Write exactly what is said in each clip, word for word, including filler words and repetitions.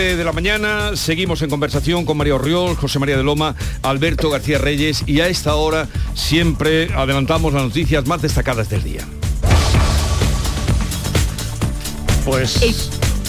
nueve de la mañana, seguimos en conversación con María Orriol, José María de Loma, Alberto García Reyes, y a esta hora siempre adelantamos las noticias más destacadas del día. Pues... Eh.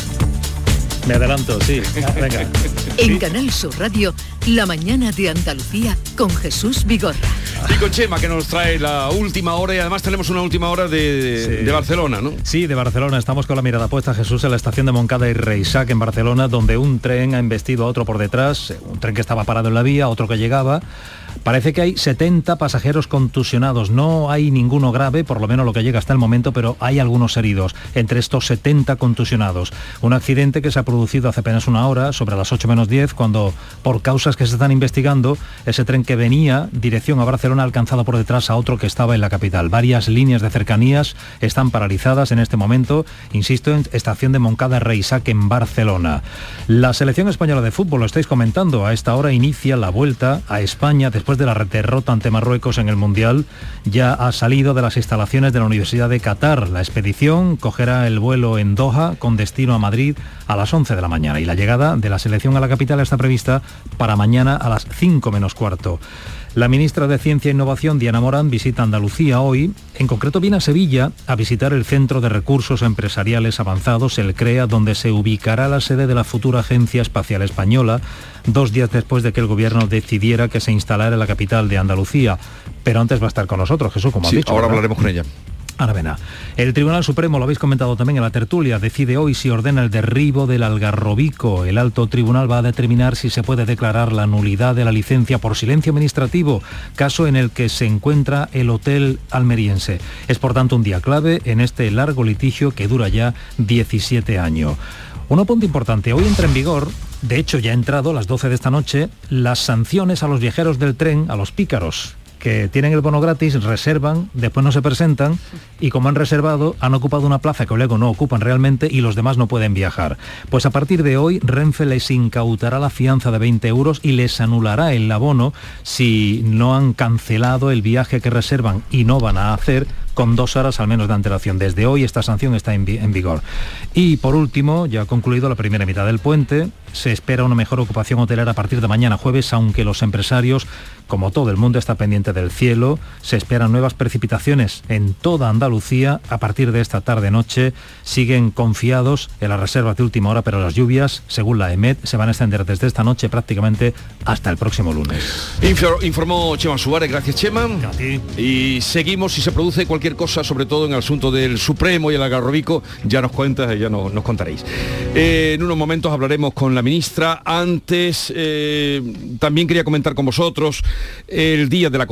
Me adelanto, sí. Venga. En ¿Sí? Canal Sur Radio, La Mañana de Andalucía con Jesús Vigorra. Y con Chema, que nos trae la última hora, y además tenemos una última hora de, sí. de Barcelona, ¿no? Sí, de Barcelona. Estamos con la mirada puesta, Jesús, en la estación de Montcada y Reixac, en Barcelona, donde un tren ha embestido a otro por detrás, un tren que estaba parado en la vía, otro que llegaba. Parece que hay setenta pasajeros contusionados. No hay ninguno grave, por lo menos lo que llega hasta el momento, pero hay algunos heridos entre estos setenta contusionados. Un accidente que se ha producido hace apenas una hora, sobre las ocho menos diez, cuando, por causas que se están investigando, ese tren que venía dirección a Barcelona ha alcanzado por detrás a otro que estaba en la capital. Varias líneas de cercanías están paralizadas en este momento, insisto, en estación de Montcada Reixac en Barcelona. La selección española de fútbol, lo estáis comentando, a esta hora inicia la vuelta a España después de la derrota ante Marruecos en el Mundial. Ya ha salido de las instalaciones de la Universidad de Qatar. La expedición cogerá el vuelo en Doha con destino a Madrid a las once de la mañana, y la llegada de la selección a la capital está prevista para mañana a las cinco menos cuarto. La ministra de Ciencia e Innovación, Diana Morán, visita Andalucía hoy. En concreto viene a Sevilla a visitar el Centro de Recursos Empresariales Avanzados, el CREA, donde se ubicará la sede de la futura Agencia Espacial Española, dos días después de que el gobierno decidiera que se instalara en la capital de Andalucía. Pero antes va a estar con nosotros, Jesús, como sí, has dicho. Ahora ¿verdad? Hablaremos con ella. Ana Bena. El Tribunal Supremo, lo habéis comentado también en la tertulia, decide hoy si ordena el derribo del Algarrobico. El alto tribunal va a determinar si se puede declarar la nulidad de la licencia por silencio administrativo, caso en el que se encuentra el hotel almeriense. Es por tanto un día clave en este largo litigio que dura ya diecisiete años. Un punto importante, hoy entra en vigor, de hecho ya ha entrado a las doce de esta noche, las sanciones a los viajeros del tren, a los pícaros, que tienen el bono gratis, reservan, después no se presentan, y como han reservado, han ocupado una plaza que luego no ocupan realmente y los demás no pueden viajar. Pues a partir de hoy, Renfe les incautará la fianza de veinte euros y les anulará el abono si no han cancelado el viaje que reservan y no van a hacer con dos horas al menos de antelación. Desde hoy esta sanción está en, vi- en vigor. Y por último, ya ha concluido la primera mitad del puente, se espera una mejor ocupación hotelera a partir de mañana jueves, aunque los empresarios, como todo el mundo, está pendiente del cielo. Se esperan nuevas precipitaciones en toda Andalucía a partir de esta tarde-noche. Siguen confiados en las reservas de última hora, pero las lluvias, según la EMET, se van a extender desde esta noche prácticamente hasta el próximo lunes. Infor- informó Chema Suárez, gracias Chema. A ti. Y seguimos, si se produce cualquier cosa, sobre todo en el asunto del Supremo y el Algarrobico, ya nos cuentas, ya no, nos contaréis. Eh, en unos momentos hablaremos con la ministra. Antes, eh, también quería comentar con vosotros el Día de la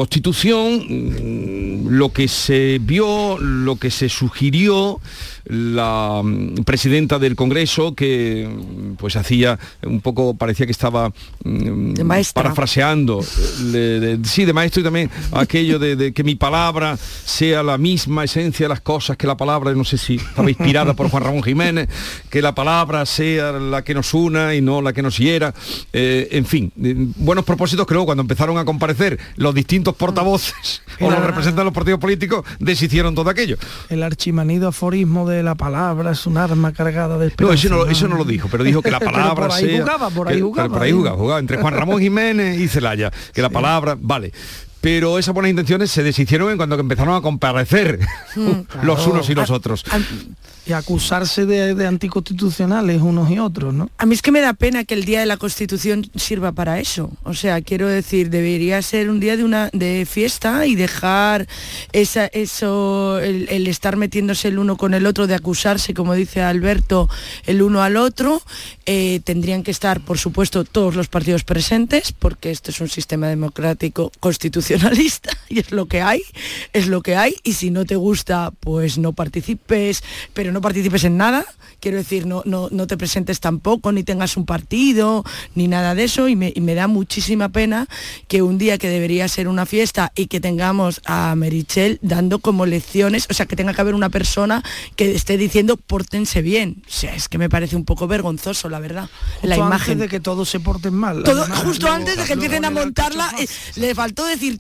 Constitución, lo que se vio, lo que se sugirió. La presidenta del Congreso, que pues hacía un poco, parecía que estaba de maestra, parafraseando, de, de, sí, de maestro, y también aquello de, de que mi palabra sea la misma esencia de las cosas, que la palabra, no sé si estaba inspirada por Juan Ramón Jiménez, que la palabra sea la que nos una y no la que nos hiera, eh, en fin, buenos propósitos que luego cuando empezaron a comparecer los distintos portavoces o los representantes de los partidos políticos, deshicieron todo aquello. El archimanido aforismo de la palabra es un arma cargada de esperanza. No, eso no, eso no lo dijo, pero dijo que la palabra por ahí sea... Jugaba, por ahí que, jugaba, por ahí jugaba, jugaba entre Juan Ramón Jiménez y Celaya, que sí. La palabra, vale. Pero esas buenas intenciones se deshicieron en cuando empezaron a comparecer mm, claro. los unos y los otros. A, a, y acusarse de, de anticonstitucionales unos y otros, ¿no? A mí es que me da pena que el Día de la Constitución sirva para eso. O sea, quiero decir, debería ser un día de una de fiesta y dejar esa, eso, el, el estar metiéndose el uno con el otro, de acusarse, como dice Alberto, el uno al otro. Eh, tendrían que estar, por supuesto, todos los partidos presentes, porque esto es un sistema democrático constitucionalista y es lo que hay, es lo que hay, y si no te gusta, pues no participes, pero no participes en nada, quiero decir, no, no, no te presentes tampoco, ni tengas un partido, ni nada de eso, y me, y me da muchísima pena que un día que debería ser una fiesta y que tengamos a Meritxell dando como lecciones, o sea, que tenga que haber una persona que esté diciendo pórtense bien. O sea, es que me parece un poco vergonzoso, la verdad, justo la imagen. Antes de que todos se porten mal. Todo, justo luego, antes de que empiecen a montarla, eh, le faltó decir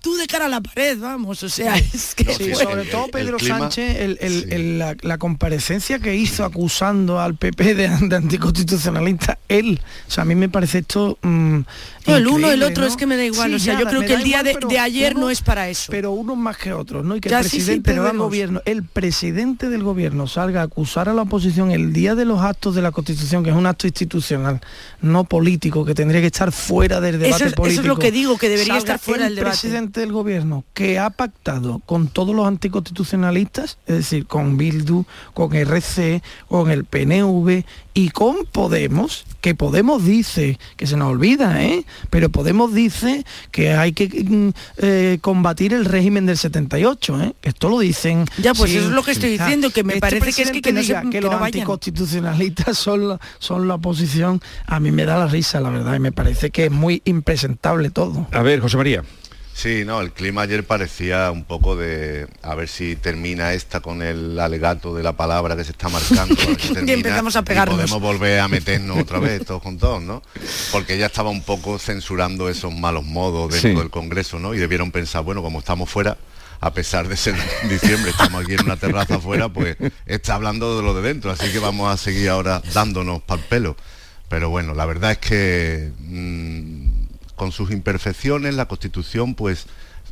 tú de cara a la pared, vamos, o sea, es que... No, sí, sobre el, todo Pedro el clima, Sánchez, el, el, sí. el, la, la comparecencia que hizo acusando al P P de, de anticonstitucionalista, él, o sea, a mí me parece esto... Mmm, no, el uno, el otro, ¿no? Es que me da igual, sí, o sea, ya, yo creo que el día igual, de, de ayer uno, no es para eso. Pero unos más que otros, ¿no? Y que ya, el presidente sí, sí, del gobierno, el presidente del gobierno salga a acusar a la oposición el día de los actos de la Constitución, que es un acto institucional, no político, que tendría que estar fuera del debate eso es, político. Eso es lo que digo, que debería estar fuera del debate. El presidente del gobierno, que ha pactado con todos los anticonstitucionalistas, es decir, con Bildu, con R C, con el P N V y con Podemos, que Podemos dice, que se nos olvida, ¿eh? Pero Podemos dice que hay que eh, combatir el régimen del setenta y ocho, ¿eh? Que esto lo dicen... Ya, pues sí, eso es lo que estoy diciendo, que me este parece que es que, que no, se, que, que los no vayan. Anticonstitucionalistas son la, son la oposición, a mí me da la risa, la verdad, y me parece que es muy impresentable todo. A ver, José María. Sí, no, el clima ayer parecía un poco de a ver si termina esta con el alegato de la palabra que se está marcando. Y empezamos a pegarnos. Y podemos volver a meternos otra vez todos con todos, ¿no? Porque ella estaba un poco censurando esos malos modos dentro sí. del Congreso, ¿no? Y debieron pensar, bueno, como estamos fuera, a pesar de ser diciembre, estamos aquí en una terraza afuera, pues está hablando de lo de dentro, así que vamos a seguir ahora dándonos pa'l pelo. Pero bueno, la verdad es que... Mmm, con sus imperfecciones, la Constitución, pues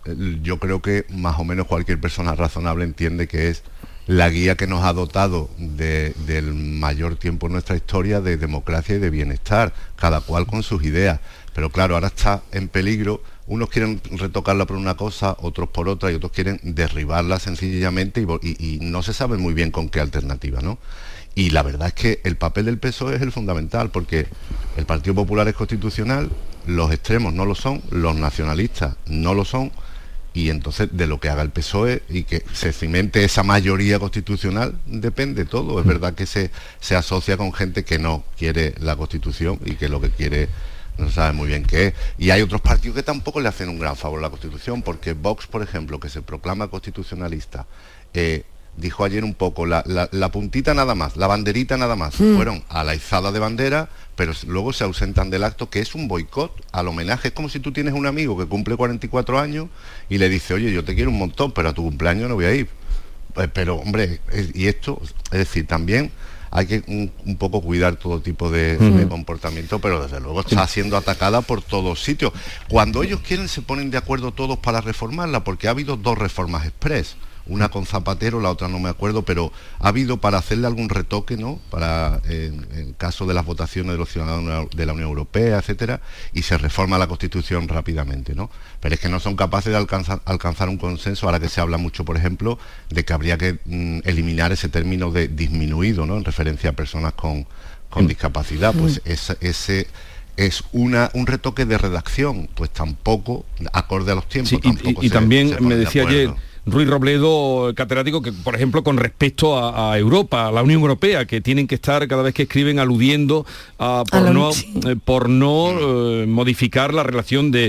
yo creo que más o menos cualquier persona razonable entiende que es la guía que nos ha dotado de, del mayor tiempo en nuestra historia de democracia y de bienestar, cada cual con sus ideas. Pero claro, ahora está en peligro, unos quieren retocarla por una cosa, otros por otra, y otros quieren derribarla sencillamente y, y, y no se sabe muy bien con qué alternativa, ¿no? Y la verdad es que el papel del P S O E es el fundamental, porque el Partido Popular es constitucional, los extremos no lo son, los nacionalistas no lo son, y entonces de lo que haga el P S O E y que se cimente esa mayoría constitucional depende todo. Es verdad que se, se asocia con gente que no quiere la Constitución y que lo que quiere no sabe muy bien qué es. Y hay otros partidos que tampoco le hacen un gran favor a la Constitución, porque Vox, por ejemplo, que se proclama constitucionalista, eh, dijo ayer un poco, la, la, la puntita nada más, la banderita nada más, mm. fueron a la izada de bandera, pero luego se ausentan del acto, que es un boicot al homenaje. Es como si tú tienes un amigo que cumple cuarenta y cuatro años y le dice, oye, yo te quiero un montón, pero a tu cumpleaños no voy a ir. Pues, pero, hombre, es, y esto, es decir, también hay que un, un poco cuidar todo tipo de, mm. de comportamiento, pero desde luego está siendo atacada por todos sitios. Cuando ellos quieren se ponen de acuerdo todos para reformarla, porque ha habido dos reformas express. Una con Zapatero, la otra no me acuerdo, pero ha habido para hacerle algún retoque, ¿no? Para, en, en caso de las votaciones de los ciudadanos de la Unión Europea, etcétera, y se reforma la Constitución rápidamente, ¿no? Pero es que no son capaces de alcanzar, alcanzar un consenso, ahora que se habla mucho, por ejemplo, de que habría que mm, eliminar ese término de disminuido, ¿no? En referencia a personas con, con discapacidad, pues ese... ese es una, un retoque de redacción, pues tampoco acorde a los tiempos. Sí, tampoco y, y se, también se me decía ayer Ruiz Robledo, catedrático, que por ejemplo con respecto a, a Europa, a la Unión Europea, que tienen que estar cada vez que escriben aludiendo a, por, a no, eh, por no eh, modificar la relación de,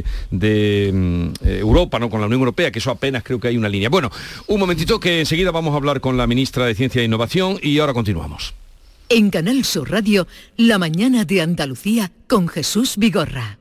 de eh, Europa, ¿no?, con la Unión Europea, que eso apenas creo que hay una línea. Bueno, un momentito que enseguida vamos a hablar con la ministra de Ciencia e Innovación y ahora continuamos. En Canal Sur Radio, La mañana de Andalucía con Jesús Vigorra.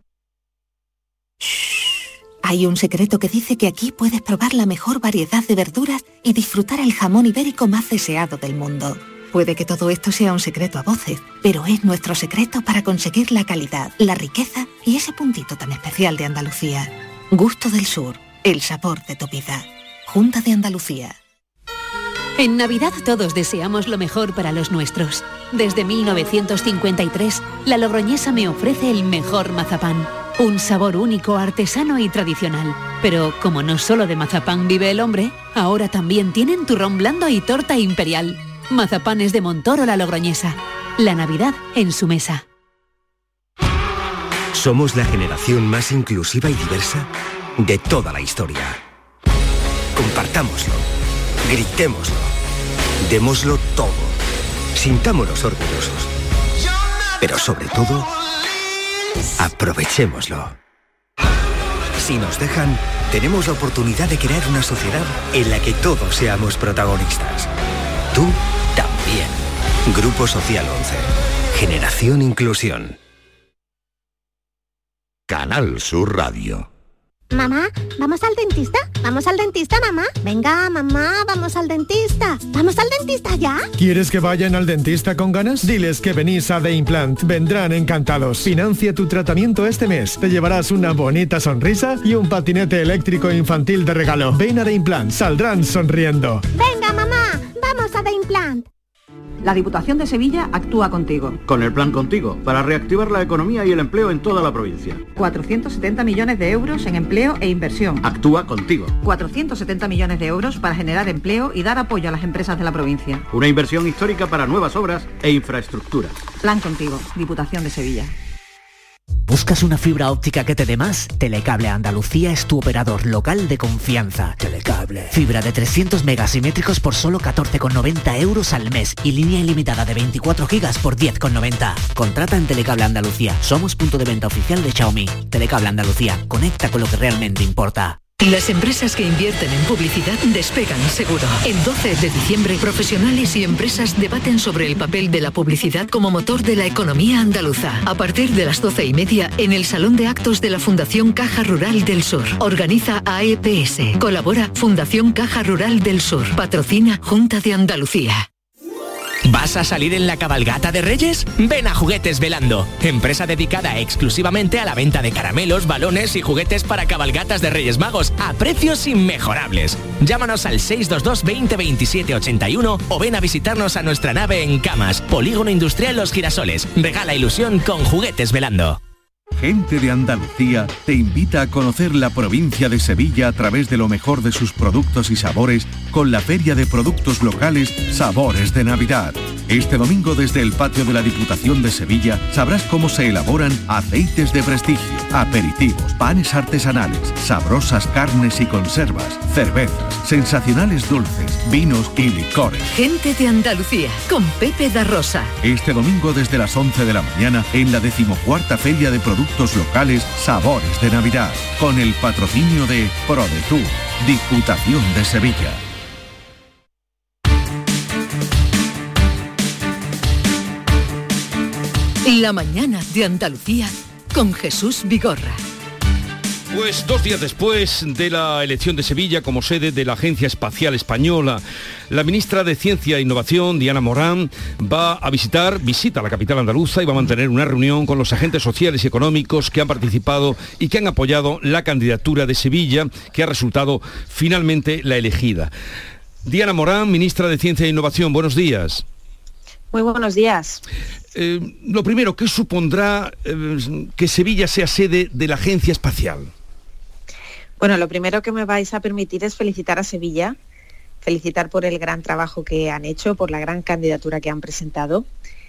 Hay un secreto que dice que aquí puedes probar la mejor variedad de verduras y disfrutar el jamón ibérico más deseado del mundo. Puede que todo esto sea un secreto a voces, pero es nuestro secreto para conseguir la calidad, la riqueza y ese puntito tan especial de Andalucía. Gusto del Sur, el sabor de tu vida. Junta de Andalucía. En Navidad todos deseamos lo mejor para los nuestros. Desde mil novecientos cincuenta y tres, la Logroñesa me ofrece el mejor mazapán. Un sabor único, artesano y tradicional. Pero como no solo de mazapán vive el hombre, ahora también tienen turrón blando y torta imperial. Mazapanes de Montoro la Logroñesa. La Navidad en su mesa. Somos la generación más inclusiva y diversa de toda la historia. Compartámoslo. Gritémoslo, démoslo todo, sintámonos orgullosos, pero sobre todo, aprovechémoslo. Si nos dejan, tenemos la oportunidad de crear una sociedad en la que todos seamos protagonistas. Tú también. Grupo Social once. Generación Inclusión. Canal Sur Radio. Mamá, ¿vamos al dentista? ¿Vamos al dentista, mamá? Venga, mamá, vamos al dentista. ¿Vamos al dentista ya? ¿Quieres que vayan al dentista con ganas? Diles que venís a The Implant. Vendrán encantados. Financia tu tratamiento este mes. Te llevarás una bonita sonrisa y un patinete eléctrico infantil de regalo. Ven a The Implant. Saldrán sonriendo. Venga, mamá, vamos a The Implant. La Diputación de Sevilla actúa contigo. Con el Plan Contigo, para reactivar la economía y el empleo en toda la provincia. cuatrocientos setenta millones de euros en empleo e inversión. Actúa contigo. cuatrocientos setenta millones de euros para generar empleo y dar apoyo a las empresas de la provincia. Una inversión histórica para nuevas obras e infraestructuras. Plan Contigo, Diputación de Sevilla. ¿Buscas una fibra óptica que te dé más? Telecable Andalucía es tu operador local de confianza. Telecable. Fibra de trescientos megasimétricos por solo catorce con noventa euros al mes y línea ilimitada de veinticuatro gigas por diez con noventa. Contrata en Telecable Andalucía. Somos punto de venta oficial de Xiaomi. Telecable Andalucía. Conecta con lo que realmente importa. Las empresas que invierten en publicidad despegan seguro. El doce de diciembre, profesionales y empresas debaten sobre el papel de la publicidad como motor de la economía andaluza. A partir de las doce y media, en el Salón de Actos de la Fundación Caja Rural del Sur. Organiza A E P S. Colabora Fundación Caja Rural del Sur. Patrocina Junta de Andalucía. ¿Vas a salir en la cabalgata de Reyes? Ven a Juguetes Velando, empresa dedicada exclusivamente a la venta de caramelos, balones y juguetes para cabalgatas de Reyes Magos a precios inmejorables. Llámanos al seis dos dos, veinte, veintisiete, ochenta y uno o ven a visitarnos a nuestra nave en Camas, Polígono Industrial Los Girasoles. Regala ilusión con Juguetes Velando. Gente de Andalucía te invita a conocer la provincia de Sevilla a través de lo mejor de sus productos y sabores con la Feria de Productos Locales Sabores de Navidad. Este domingo desde el patio de la Diputación de Sevilla sabrás cómo se elaboran aceites de prestigio, aperitivos, panes artesanales, sabrosas carnes y conservas, cervezas, sensacionales dulces, vinos y licores. Gente de Andalucía, con Pepe da Rosa. Este domingo desde las once de la mañana en la decimocuarta Feria de Productos Locales Sabores de Navidad, con el patrocinio de ProDetour, Diputación de Sevilla. La mañana de Andalucía con Jesús Vigorra. Pues dos días después de la elección de Sevilla como sede de la Agencia Espacial Española, la ministra de Ciencia e Innovación, Diana Morán, va a visitar, visita la capital andaluza y va a mantener una reunión con los agentes sociales y económicos que han participado y que han apoyado la candidatura de Sevilla, que ha resultado finalmente la elegida. Diana Morán, ministra de Ciencia e Innovación, buenos días. Muy buenos días. Eh, lo primero, ¿qué supondrá eh, que Sevilla sea sede de la Agencia Espacial? Bueno, lo primero que me vais a permitir es felicitar a Sevilla, felicitar por el gran trabajo que han hecho, por la gran candidatura que han presentado,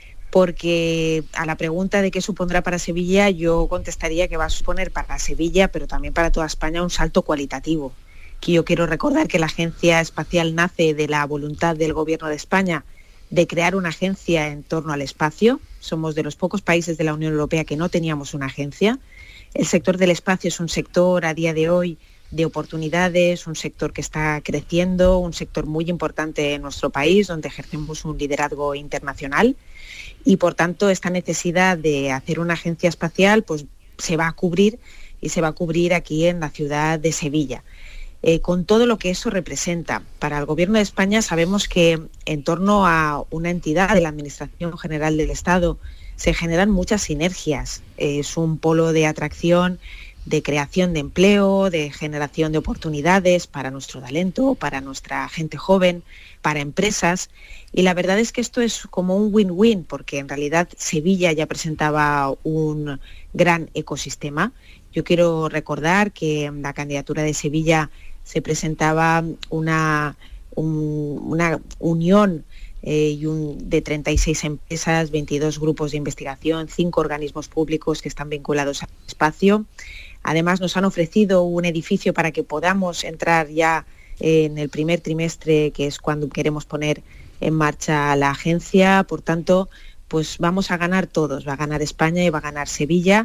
porque a la pregunta de qué supondrá para Sevilla, yo contestaría que va a suponer para Sevilla, pero también para toda España, un salto cualitativo. Que yo quiero recordar que la Agencia Espacial nace de la voluntad del Gobierno de España de crear una agencia en torno al espacio. Somos de los pocos países de la Unión Europea que no teníamos una agencia. El sector del espacio es un sector a día de hoy de oportunidades, un sector que está creciendo, un sector muy importante en nuestro país, donde ejercemos un liderazgo internacional y por tanto esta necesidad de hacer una agencia espacial pues se va a cubrir y se va a cubrir aquí en la ciudad de Sevilla. Eh, con todo lo que eso representa. Para el Gobierno de España sabemos que en torno a una entidad de la Administración General del Estado se generan muchas sinergias. Eh, es un polo de atracción, de creación de empleo, de generación de oportunidades para nuestro talento, para nuestra gente joven, para empresas. Y la verdad es que esto es como un win-win, porque en realidad Sevilla ya presentaba un gran ecosistema. Yo quiero recordar que en la candidatura de Sevilla se presentaba una, un, una unión eh, y un, de treinta y seis empresas, veintidós grupos de investigación, cinco organismos públicos que están vinculados al espacio. Además nos han ofrecido un edificio para que podamos entrar ya en el primer trimestre, que es cuando queremos poner en marcha la agencia. Por tanto, pues vamos a ganar todos, va a ganar España y va a ganar Sevilla.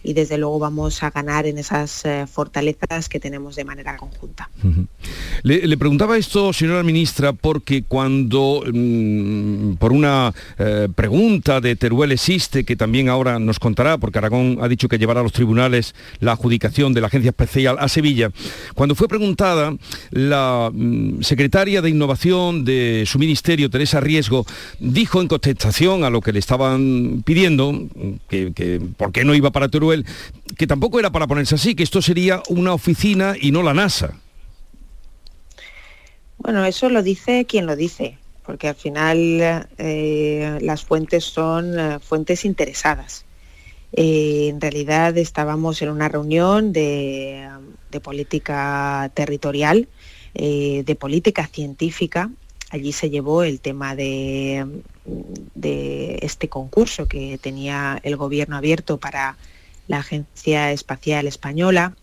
y desde luego vamos a ganar en esas eh, fortalezas que tenemos de manera conjunta. Uh-huh. Le, le preguntaba esto, señora ministra, porque cuando mmm, por una eh, pregunta de Teruel Existe, que también ahora nos contará, porque Aragón ha dicho que llevará a los tribunales la adjudicación de la Agencia Espacial a Sevilla, cuando fue preguntada, la mmm, secretaria de Innovación de su ministerio, Teresa Riesgo, dijo en contestación a lo que le estaban pidiendo, que, que por qué no iba para Teruel, que tampoco era para ponerse así, que esto sería una oficina y no la NASA. Bueno, eso lo dice quien lo dice, porque al final eh, las fuentes son eh, fuentes interesadas. Eh, en realidad estábamos en una reunión de, de política territorial, eh, de política científica. Allí se llevó el tema de, de este concurso que tenía el gobierno abierto para la Agencia Espacial Española,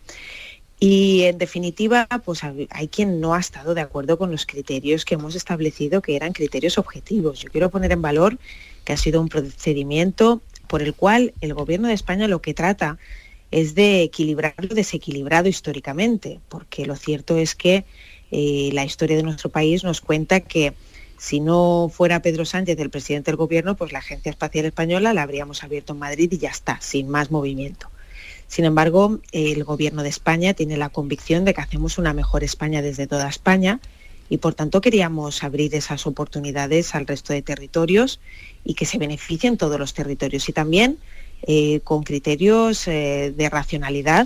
y en definitiva pues hay quien no ha estado de acuerdo con los criterios que hemos establecido, que eran criterios objetivos. Yo quiero poner en valor que ha sido un procedimiento por el cual el gobierno de España lo que trata es de equilibrar lo desequilibrado históricamente, porque lo cierto es que eh, la historia de nuestro país nos cuenta que si no fuera Pedro Sánchez el presidente del gobierno, pues la Agencia Espacial Española la habríamos abierto en Madrid y ya está, sin más movimiento. Sin embargo, el gobierno de España tiene la convicción de que hacemos una mejor España desde toda España y por tanto queríamos abrir esas oportunidades al resto de territorios y que se beneficien todos los territorios, y también eh, con criterios eh, de racionalidad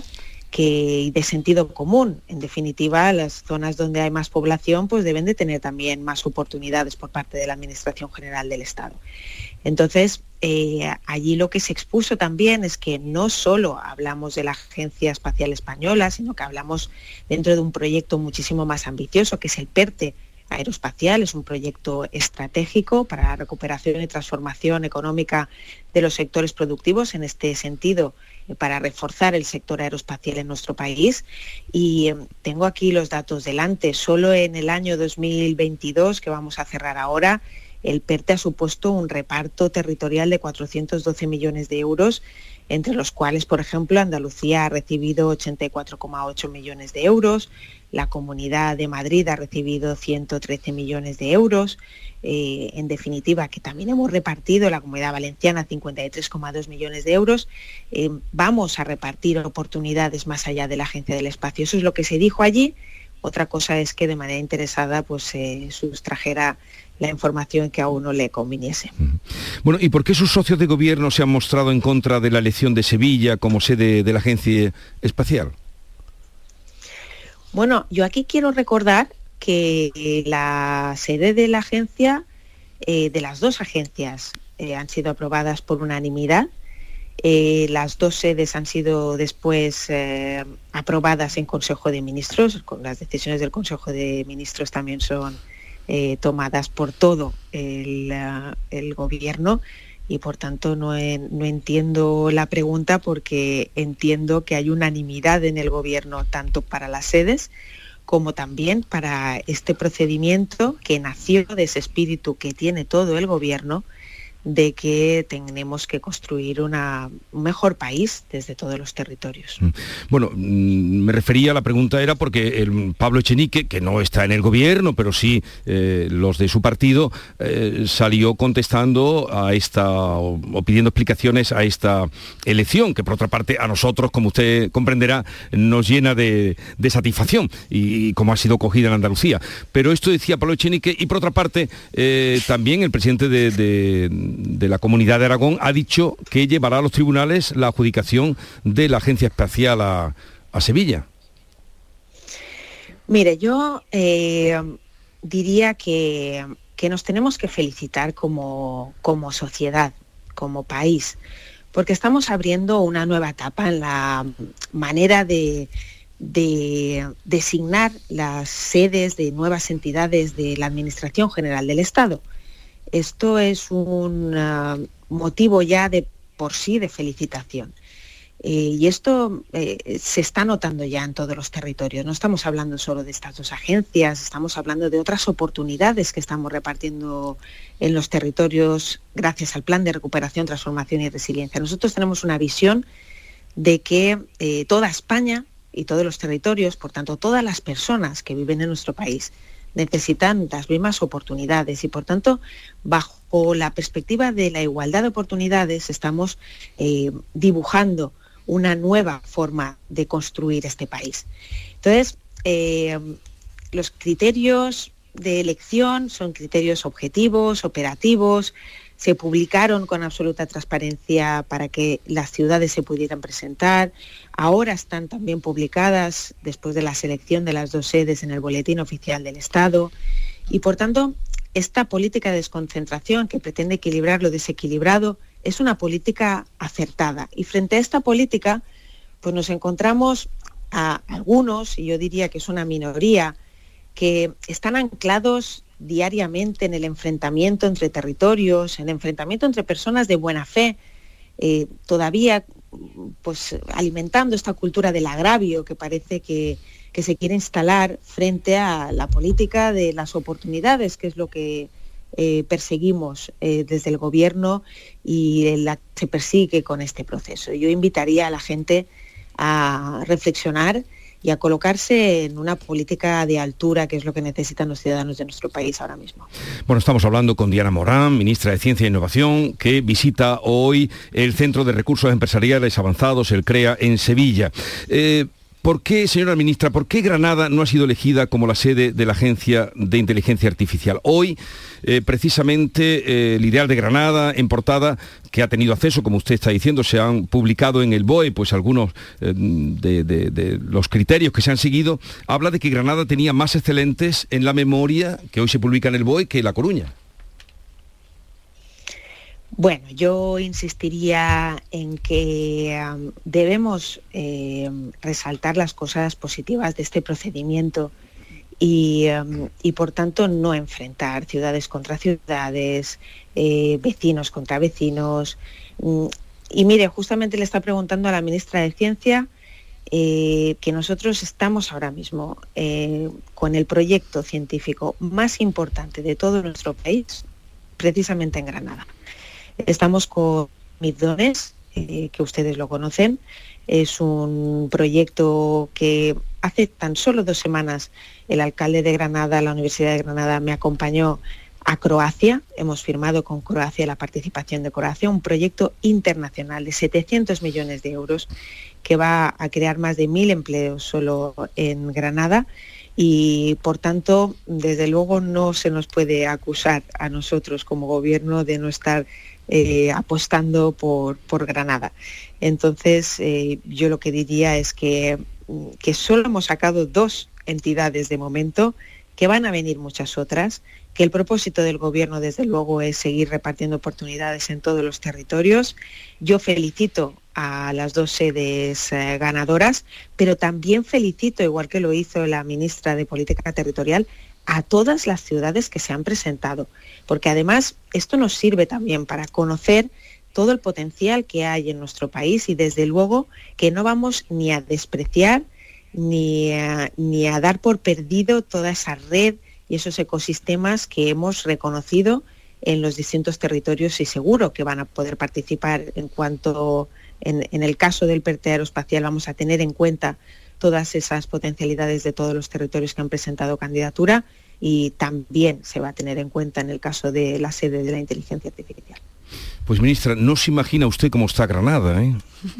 y de sentido común. En definitiva, las zonas donde hay más población pues deben de tener también más oportunidades por parte de la Administración General del Estado. Entonces, eh, allí lo que se expuso también es que no solo hablamos de la Agencia Espacial Española, sino que hablamos dentro de un proyecto muchísimo más ambicioso, que es el PERTE Aeroespacial. Es un proyecto estratégico para la recuperación y transformación económica de los sectores productivos, en este sentido, para reforzar el sector aeroespacial en nuestro país. Y eh, tengo aquí los datos delante. Solo en el año dos mil veintidós, que vamos a cerrar ahora, el PERTE ha supuesto un reparto territorial de cuatrocientos doce millones de euros, entre los cuales, por ejemplo, Andalucía ha recibido ochenta y cuatro coma ocho millones de euros, la Comunidad de Madrid ha recibido ciento trece millones de euros, eh, en definitiva, que también hemos repartido la Comunidad Valenciana cincuenta y tres coma dos millones de euros. Eh, vamos a repartir oportunidades más allá de la Agencia del Espacio. Eso es lo que se dijo allí. Otra cosa es que de manera interesada pues se eh, sustrajera la información que a uno le conviniese. Bueno, ¿y por qué sus socios de gobierno se han mostrado en contra de la elección de Sevilla como sede de la Agencia Espacial? Bueno, yo aquí quiero recordar que la sede de la agencia, eh, de las dos agencias, eh, han sido aprobadas por unanimidad. Eh, las dos sedes han sido después eh, aprobadas en Consejo de Ministros. Con las decisiones del Consejo de Ministros también son eh, tomadas por todo el, uh, el gobierno, y por tanto no, he, no entiendo la pregunta, porque entiendo que hay unanimidad en el gobierno tanto para las sedes como también para este procedimiento que nació de ese espíritu que tiene todo el gobierno, de que tenemos que construir una, un mejor país desde todos los territorios. Bueno, me refería, la pregunta era porque el Pablo Echenique, que no está en el gobierno, pero sí eh, los de su partido, eh, salió contestando a esta, o, o pidiendo explicaciones a esta elección, que por otra parte a nosotros, como usted comprenderá, nos llena de, de satisfacción, y, y como ha sido cogida en Andalucía. Pero esto decía Pablo Echenique, y por otra parte eh, también el presidente de, de de la Comunidad de Aragón ha dicho que llevará a los tribunales la adjudicación de la Agencia Espacial a, a Sevilla. Mire, yo eh, diría que, que nos tenemos que felicitar como, como sociedad, como país, porque estamos abriendo una nueva etapa en la manera de, de designar las sedes de nuevas entidades de la Administración General del Estado. Esto es un uh, motivo ya de por sí de felicitación. Eh, y esto eh, se está notando ya en todos los territorios. No estamos hablando solo de estas dos agencias, estamos hablando de otras oportunidades que estamos repartiendo en los territorios gracias al Plan de Recuperación, Transformación y Resiliencia. Nosotros tenemos una visión de que eh, toda España y todos los territorios, por tanto todas las personas que viven en nuestro país, necesitan las mismas oportunidades y por tanto bajo la perspectiva de la igualdad de oportunidades estamos eh, dibujando una nueva forma de construir este país. Entonces, eh, los criterios de elección son criterios objetivos, operativos, se publicaron con absoluta transparencia para que las ciudades se pudieran presentar. Ahora están también publicadas, después de la selección de las dos sedes, en el Boletín Oficial del Estado. Y por tanto, esta política de desconcentración que pretende equilibrar lo desequilibrado es una política acertada. Y frente a esta política, pues nos encontramos a algunos, y yo diría que es una minoría, que están anclados diariamente en el enfrentamiento entre territorios, en el enfrentamiento entre personas de buena fe, eh, todavía pues alimentando esta cultura del agravio que parece que, que se quiere instalar frente a la política de las oportunidades, que es lo que eh, perseguimos eh, desde el gobierno y la que se persigue con este proceso. Yo invitaría a la gente a reflexionar y a colocarse en una política de altura, que es lo que necesitan los ciudadanos de nuestro país ahora mismo. Bueno, estamos hablando con Diana Morán, ministra de Ciencia e Innovación, que visita hoy el Centro de Recursos Empresariales Avanzados, el CREA, en Sevilla. Eh, ¿Por qué, señora ministra, por qué Granada no ha sido elegida como la sede de la Agencia de Inteligencia Artificial? Hoy, eh, precisamente, eh, el Ideal de Granada, en portada, que ha tenido acceso, como usted está diciendo, se han publicado en el B O E, pues algunos eh, de, de, de los criterios que se han seguido, habla de que Granada tenía más excelentes en la memoria, que hoy se publica en el B O E, que La Coruña. Bueno, yo insistiría en que um, debemos eh, resaltar las cosas positivas de este procedimiento y, um, y por tanto no enfrentar ciudades contra ciudades, eh, vecinos contra vecinos. Y mire, justamente le está preguntando a la ministra de Ciencia eh, que nosotros estamos ahora mismo eh, con el proyecto científico más importante de todo nuestro país, precisamente en Granada. Estamos con Middones, eh, que ustedes lo conocen. Es un proyecto que hace tan solo dos semanas el alcalde de Granada, la Universidad de Granada, me acompañó a Croacia. Hemos firmado con Croacia la participación de Croacia, un proyecto internacional de setecientos millones de euros que va a crear más de mil empleos solo en Granada. Y, por tanto, desde luego no se nos puede acusar a nosotros como gobierno de no estar eh, apostando por, por Granada. Entonces, eh, yo lo que diría es que, que solo hemos sacado dos entidades de momento, que van a venir muchas otras, que el propósito del gobierno, desde luego, es seguir repartiendo oportunidades en todos los territorios. Yo felicito a las dos sedes eh, ganadoras, pero también felicito, igual que lo hizo la ministra de Política Territorial, a todas las ciudades que se han presentado, porque además esto nos sirve también para conocer todo el potencial que hay en nuestro país y desde luego que no vamos ni a despreciar ni a, ni a dar por perdido toda esa red y esos ecosistemas que hemos reconocido en los distintos territorios y seguro que van a poder participar en cuanto, en, en el caso del PERTE aeroespacial, vamos a tener en cuenta todas esas potencialidades de todos los territorios que han presentado candidatura y también se va a tener en cuenta en el caso de la sede de la inteligencia artificial. Pues, ministra, no se imagina usted cómo está Granada, ¿eh?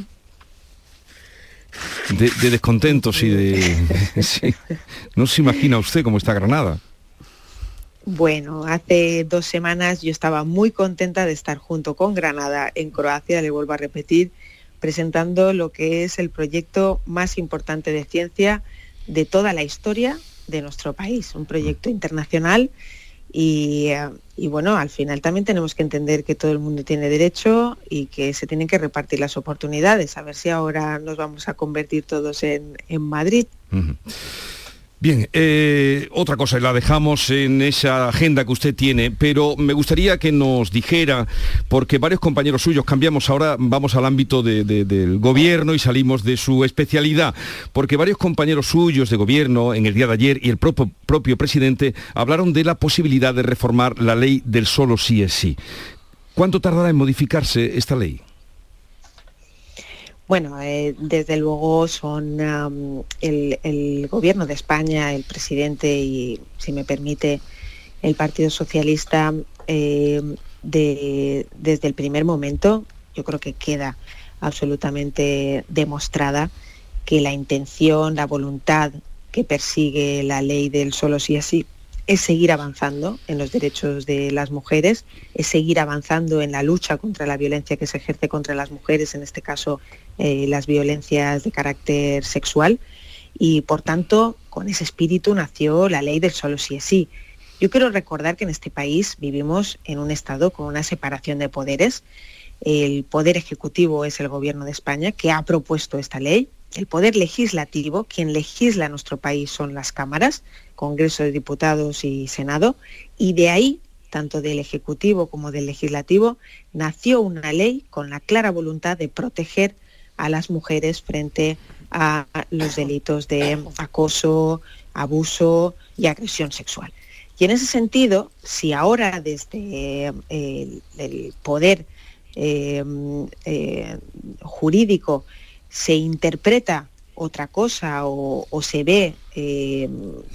De, de descontentos y de... Sí. No se imagina usted cómo está Granada. Bueno, hace dos semanas yo estaba muy contenta de estar junto con Granada en Croacia, le vuelvo a repetir, presentando lo que es el proyecto más importante de ciencia de toda la historia de nuestro país, un proyecto internacional y, y bueno, al final también tenemos que entender que todo el mundo tiene derecho y que se tienen que repartir las oportunidades, a ver si ahora nos vamos a convertir todos en, en Madrid. Uh-huh. Bien, eh, otra cosa, la dejamos en esa agenda que usted tiene, pero me gustaría que nos dijera, porque varios compañeros suyos, cambiamos ahora, vamos al ámbito de, de, del gobierno y salimos de su especialidad, porque varios compañeros suyos de gobierno en el día de ayer y el propio, propio presidente hablaron de la posibilidad de reformar la ley del solo sí es sí. ¿Cuánto tardará en modificarse esta ley? Bueno, eh, desde luego son um, el, el Gobierno de España, el presidente y, si me permite, el Partido Socialista, eh, de, desde el primer momento, yo creo que queda absolutamente demostrada que la intención, la voluntad que persigue la ley del solo sí es sí es seguir avanzando en los derechos de las mujeres, es seguir avanzando en la lucha contra la violencia que se ejerce contra las mujeres, en este caso eh, las violencias de carácter sexual, y por tanto con ese espíritu nació la ley del solo sí es sí. Yo quiero recordar que en este país vivimos en un estado con una separación de poderes. El poder ejecutivo es el Gobierno de España, que ha propuesto esta ley. El poder legislativo, quien legisla en nuestro país, son las cámaras, Congreso de Diputados y Senado, y de ahí, tanto del Ejecutivo como del Legislativo, nació una ley con la clara voluntad de proteger a las mujeres frente a los delitos de acoso, abuso y agresión sexual. Y en ese sentido, si ahora desde eh, el poder eh, eh, jurídico se interpreta otra cosa o, o se ve eh,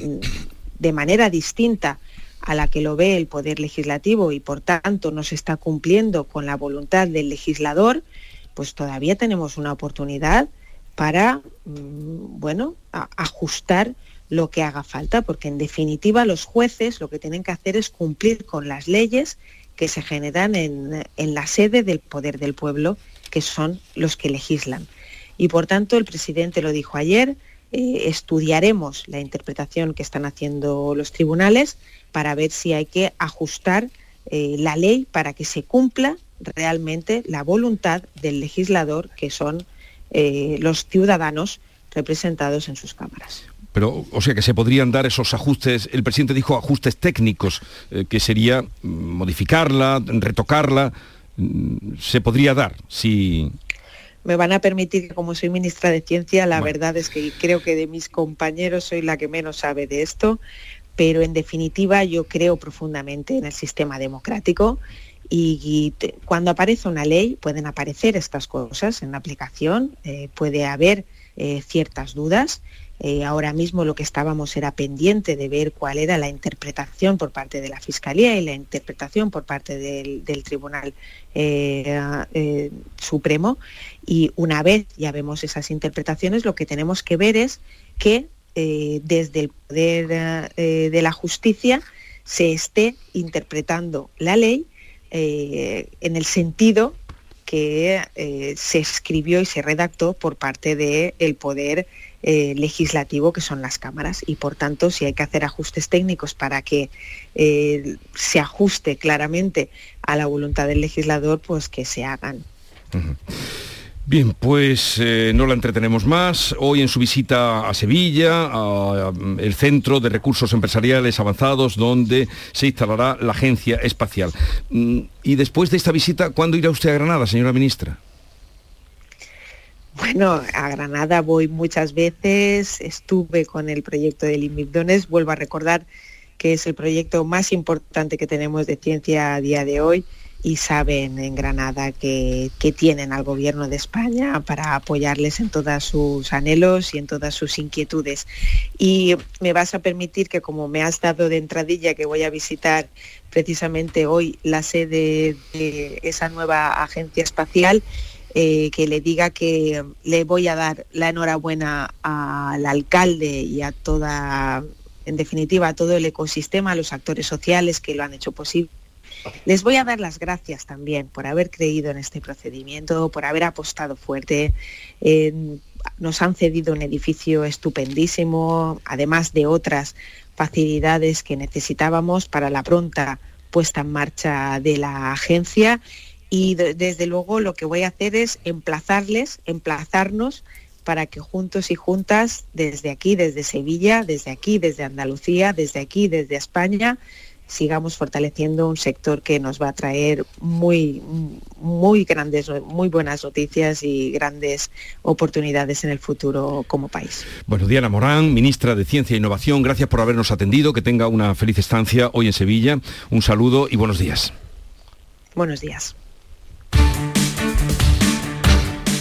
de manera distinta a la que lo ve el Poder Legislativo y por tanto no se está cumpliendo con la voluntad del legislador, pues todavía tenemos una oportunidad para, bueno, a, ajustar lo que haga falta, porque en definitiva los jueces lo que tienen que hacer es cumplir con las leyes que se generan en, en la sede del poder del pueblo, que son los que legislan. Y por tanto, el presidente lo dijo ayer, eh, estudiaremos la interpretación que están haciendo los tribunales para ver si hay que ajustar eh, la ley para que se cumpla realmente la voluntad del legislador, que son eh, los ciudadanos representados en sus cámaras. Pero, o sea, que se podrían dar esos ajustes, el presidente dijo ajustes técnicos, eh, que sería modificarla, retocarla, se podría dar, si... Me van a permitir que, como soy ministra de Ciencia, la bueno. verdad es que creo que de mis compañeros soy la que menos sabe de esto, pero en definitiva yo creo profundamente en el sistema democrático y, y te, cuando aparece una ley pueden aparecer estas cosas en la aplicación, eh, puede haber eh, ciertas dudas. Eh, ahora mismo lo que estábamos era pendiente de ver cuál era la interpretación por parte de la Fiscalía y la interpretación por parte del, del Tribunal eh, eh, Supremo, y una vez ya vemos esas interpretaciones, lo que tenemos que ver es que eh, desde el poder eh, de la justicia se esté interpretando la ley eh, en el sentido que eh, se escribió y se redactó por parte del poder Eh, legislativo, que son las cámaras, y por tanto si hay que hacer ajustes técnicos para que eh, se ajuste claramente a la voluntad del legislador, pues que se hagan. Uh-huh. Bien, pues eh, no la entretenemos más. Hoy en su visita a Sevilla, a, a, el Centro de Recursos Empresariales Avanzados, donde se instalará la Agencia Espacial. Mm, y después de esta visita, ¿cuándo irá usted a Granada, señora ministra? Bueno, a Granada voy muchas veces, estuve con el proyecto del INVIPDONES, vuelvo a recordar que es el proyecto más importante que tenemos de ciencia a día de hoy, y saben en Granada que, que tienen al Gobierno de España para apoyarles en todos sus anhelos y en todas sus inquietudes. Y me vas a permitir que, como me has dado de entradilla, que voy a visitar precisamente hoy la sede de esa nueva agencia espacial, Eh, que le diga que le voy a dar la enhorabuena al alcalde y a toda, en definitiva, a todo el ecosistema, a los actores sociales que lo han hecho posible. Les voy a dar las gracias también por haber creído en este procedimiento, por haber apostado fuerte. Eh, nos han cedido un edificio estupendísimo, además de otras facilidades que necesitábamos para la pronta puesta en marcha de la agencia. Y de, desde luego lo que voy a hacer es emplazarles, emplazarnos para que juntos y juntas, desde aquí, desde Sevilla, desde aquí, desde Andalucía, desde aquí, desde España, sigamos fortaleciendo un sector que nos va a traer muy, muy grandes, muy buenas noticias y grandes oportunidades en el futuro como país. Bueno, Diana Morán, ministra de Ciencia e Innovación, gracias por habernos atendido, que tenga una feliz estancia hoy en Sevilla. Un saludo y buenos días. Buenos días.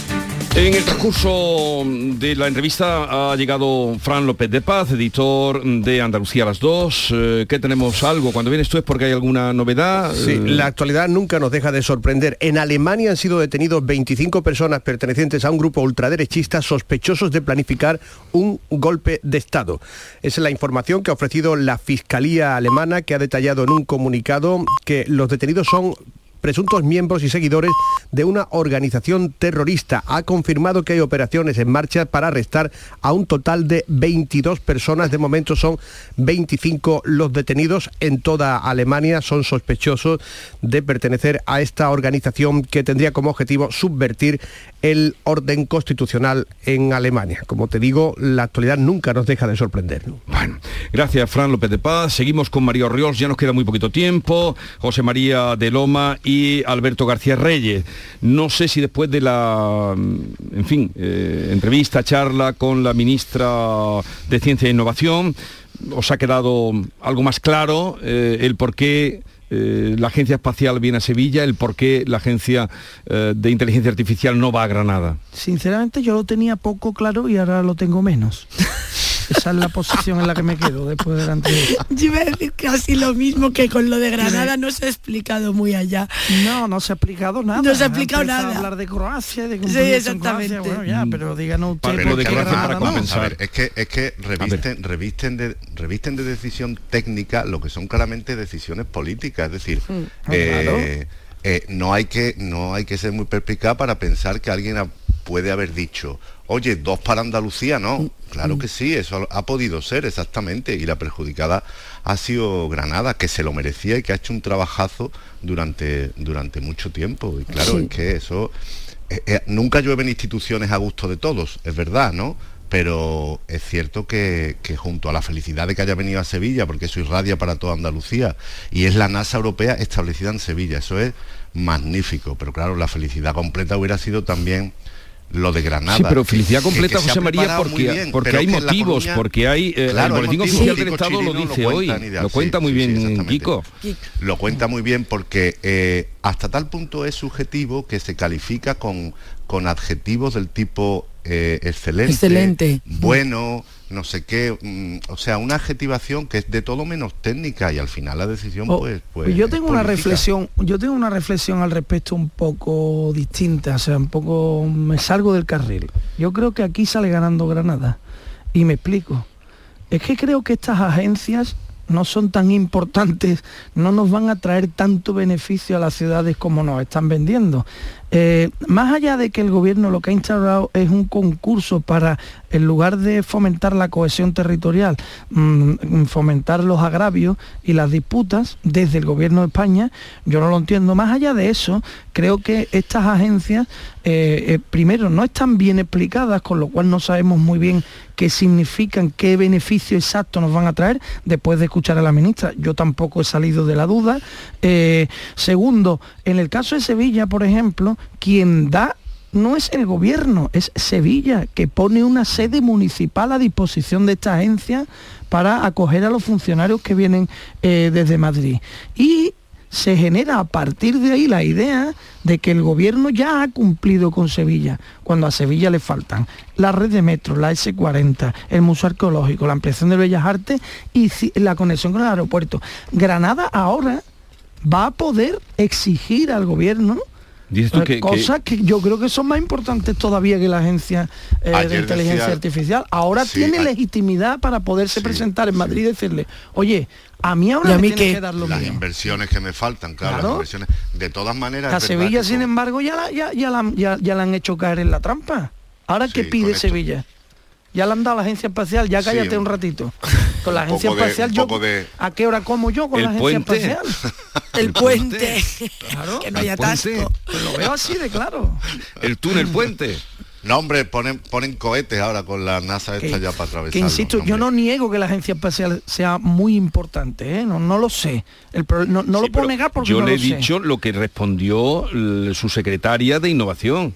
En el transcurso de la entrevista ha llegado Fran López de Paz, editor de Andalucía a las dos. Eh, ¿Qué tenemos algo? Cuando vienes tú es porque hay alguna novedad. Sí, la actualidad nunca nos deja de sorprender. En Alemania han sido detenidos veinticinco personas pertenecientes a un grupo ultraderechista sospechosos de planificar un golpe de Estado. Esa es la información que ha ofrecido la Fiscalía alemana, que ha detallado en un comunicado que los detenidos son presuntos miembros y seguidores de una organización terrorista. Ha confirmado que hay operaciones en marcha para arrestar a un total de veintidós personas. De momento son veinticinco los detenidos en toda Alemania. Son sospechosos de pertenecer a esta organización que tendría como objetivo subvertir el orden constitucional en Alemania. Como te digo, la actualidad nunca nos deja de sorprender, ¿no? Bueno, gracias, Fran López de Paz. Seguimos con María Orriols, ya nos queda muy poquito tiempo. José María de Loma y Alberto García Reyes. No sé si después de la, en fin, eh, entrevista, charla con la ministra de Ciencia e Innovación, os ha quedado algo más claro eh, el por qué eh, la Agencia Espacial viene a Sevilla, el por qué la Agencia eh, de Inteligencia Artificial no va a Granada. Sinceramente yo lo tenía poco claro y ahora lo tengo menos. Esa es la posición en la que me quedo después de la entrevista. Yo iba a decir casi lo mismo, que con lo de Granada no se ha explicado muy allá. No, no se ha explicado nada. No se ha explicado nada. A hablar de Croacia, de sí, exactamente. Croacia, bueno, ya, pero díganos usted. Pero de Granada, para no. compensar. A ver, es que es que revisten revisten de revisten de decisión técnica lo que son claramente decisiones políticas, es decir, mm. eh, claro. eh, no hay que no hay que ser muy perspicaz para pensar que alguien ha, puede haber dicho, oye, dos para Andalucía, no. Claro que sí, eso ha podido ser, exactamente, y la perjudicada ha sido Granada, que se lo merecía y que ha hecho un trabajazo durante, durante mucho tiempo. Y claro, sí. es que eso... Eh, eh, nunca llueven instituciones a gusto de todos, es verdad, ¿no? Pero es cierto que, que junto a la felicidad de que haya venido a Sevilla, porque eso irradia para toda Andalucía, y es la NASA europea establecida en Sevilla, eso es magnífico, pero claro, la felicidad completa hubiera sido también lo de Granada. Sí, pero felicidad completa, que, que José María, porque, bien, porque hay motivos, Coruña, porque hay... Eh, claro, el Boletín Oficial del Estado lo dice hoy, lo cuenta sí, muy sí, bien sí, Kiko. Lo cuenta muy bien porque eh, hasta tal punto es subjetivo que se califica con, con adjetivos del tipo eh, excelente, excelente, bueno, no sé qué, mm, o sea, una adjetivación que es de todo menos técnica y al final la decisión oh, pues, pues yo tengo una reflexión, yo tengo una reflexión al respecto un poco distinta, o sea, un poco me salgo del carril. Yo creo que aquí sale ganando Granada y me explico. Es que creo que estas agencias no son tan importantes, no nos van a traer tanto beneficio a las ciudades como nos están vendiendo. Eh, más allá de que el gobierno lo que ha instaurado es un concurso para, en lugar de fomentar la cohesión territorial, mmm, fomentar los agravios y las disputas desde el gobierno de España, yo no lo entiendo. Más allá de eso, creo que estas agencias, eh, eh, primero, no están bien explicadas, con lo cual no sabemos muy bien qué significan, qué beneficio exacto nos van a traer. Después de escuchar a la ministra, yo tampoco he salido de la duda. Eh, segundo, en el caso de Sevilla, por ejemplo, quien da no es el gobierno, es Sevilla, que pone una sede municipal a disposición de esta agencia para acoger a los funcionarios que vienen eh, desde Madrid. Y se genera a partir de ahí la idea de que el gobierno ya ha cumplido con Sevilla, cuando a Sevilla le faltan la red de metro, la ese cuarenta, el Museo Arqueológico, la ampliación de Bellas Artes y la conexión con el aeropuerto. Granada ahora va a poder exigir al gobierno que, cosas que... que yo creo que son más importantes todavía que la agencia eh, de inteligencia decía... artificial. Ahora sí, tiene a... legitimidad para poderse sí, presentar en Madrid sí. y decirle, oye, a mí ahora me tiene que dar lo las mío. Inversiones que me faltan, claro, claro. Las inversiones. De todas maneras. A Sevilla, sin embargo, ya la, ya, ya, la, ya, ya la han hecho caer en la trampa. Ahora, sí, ¿qué pide Sevilla? Ya le han dado a la agencia espacial, ya cállate sí, un, un ratito. Con la agencia espacial de, yo de... ¿a qué hora como yo con la agencia puente. espacial? El puente. Claro, que no haya atasco. Pues lo veo así de claro. El túnel puente. No, hombre, ponen, ponen cohetes ahora con la NASA esta que, ya para atravesar. Que insisto, no, yo no niego que la agencia espacial sea muy importante, ¿eh? no, no lo sé. El, no no sí, lo puedo negar porque yo no le lo he dicho sé. Lo que respondió su secretaria de Innovación.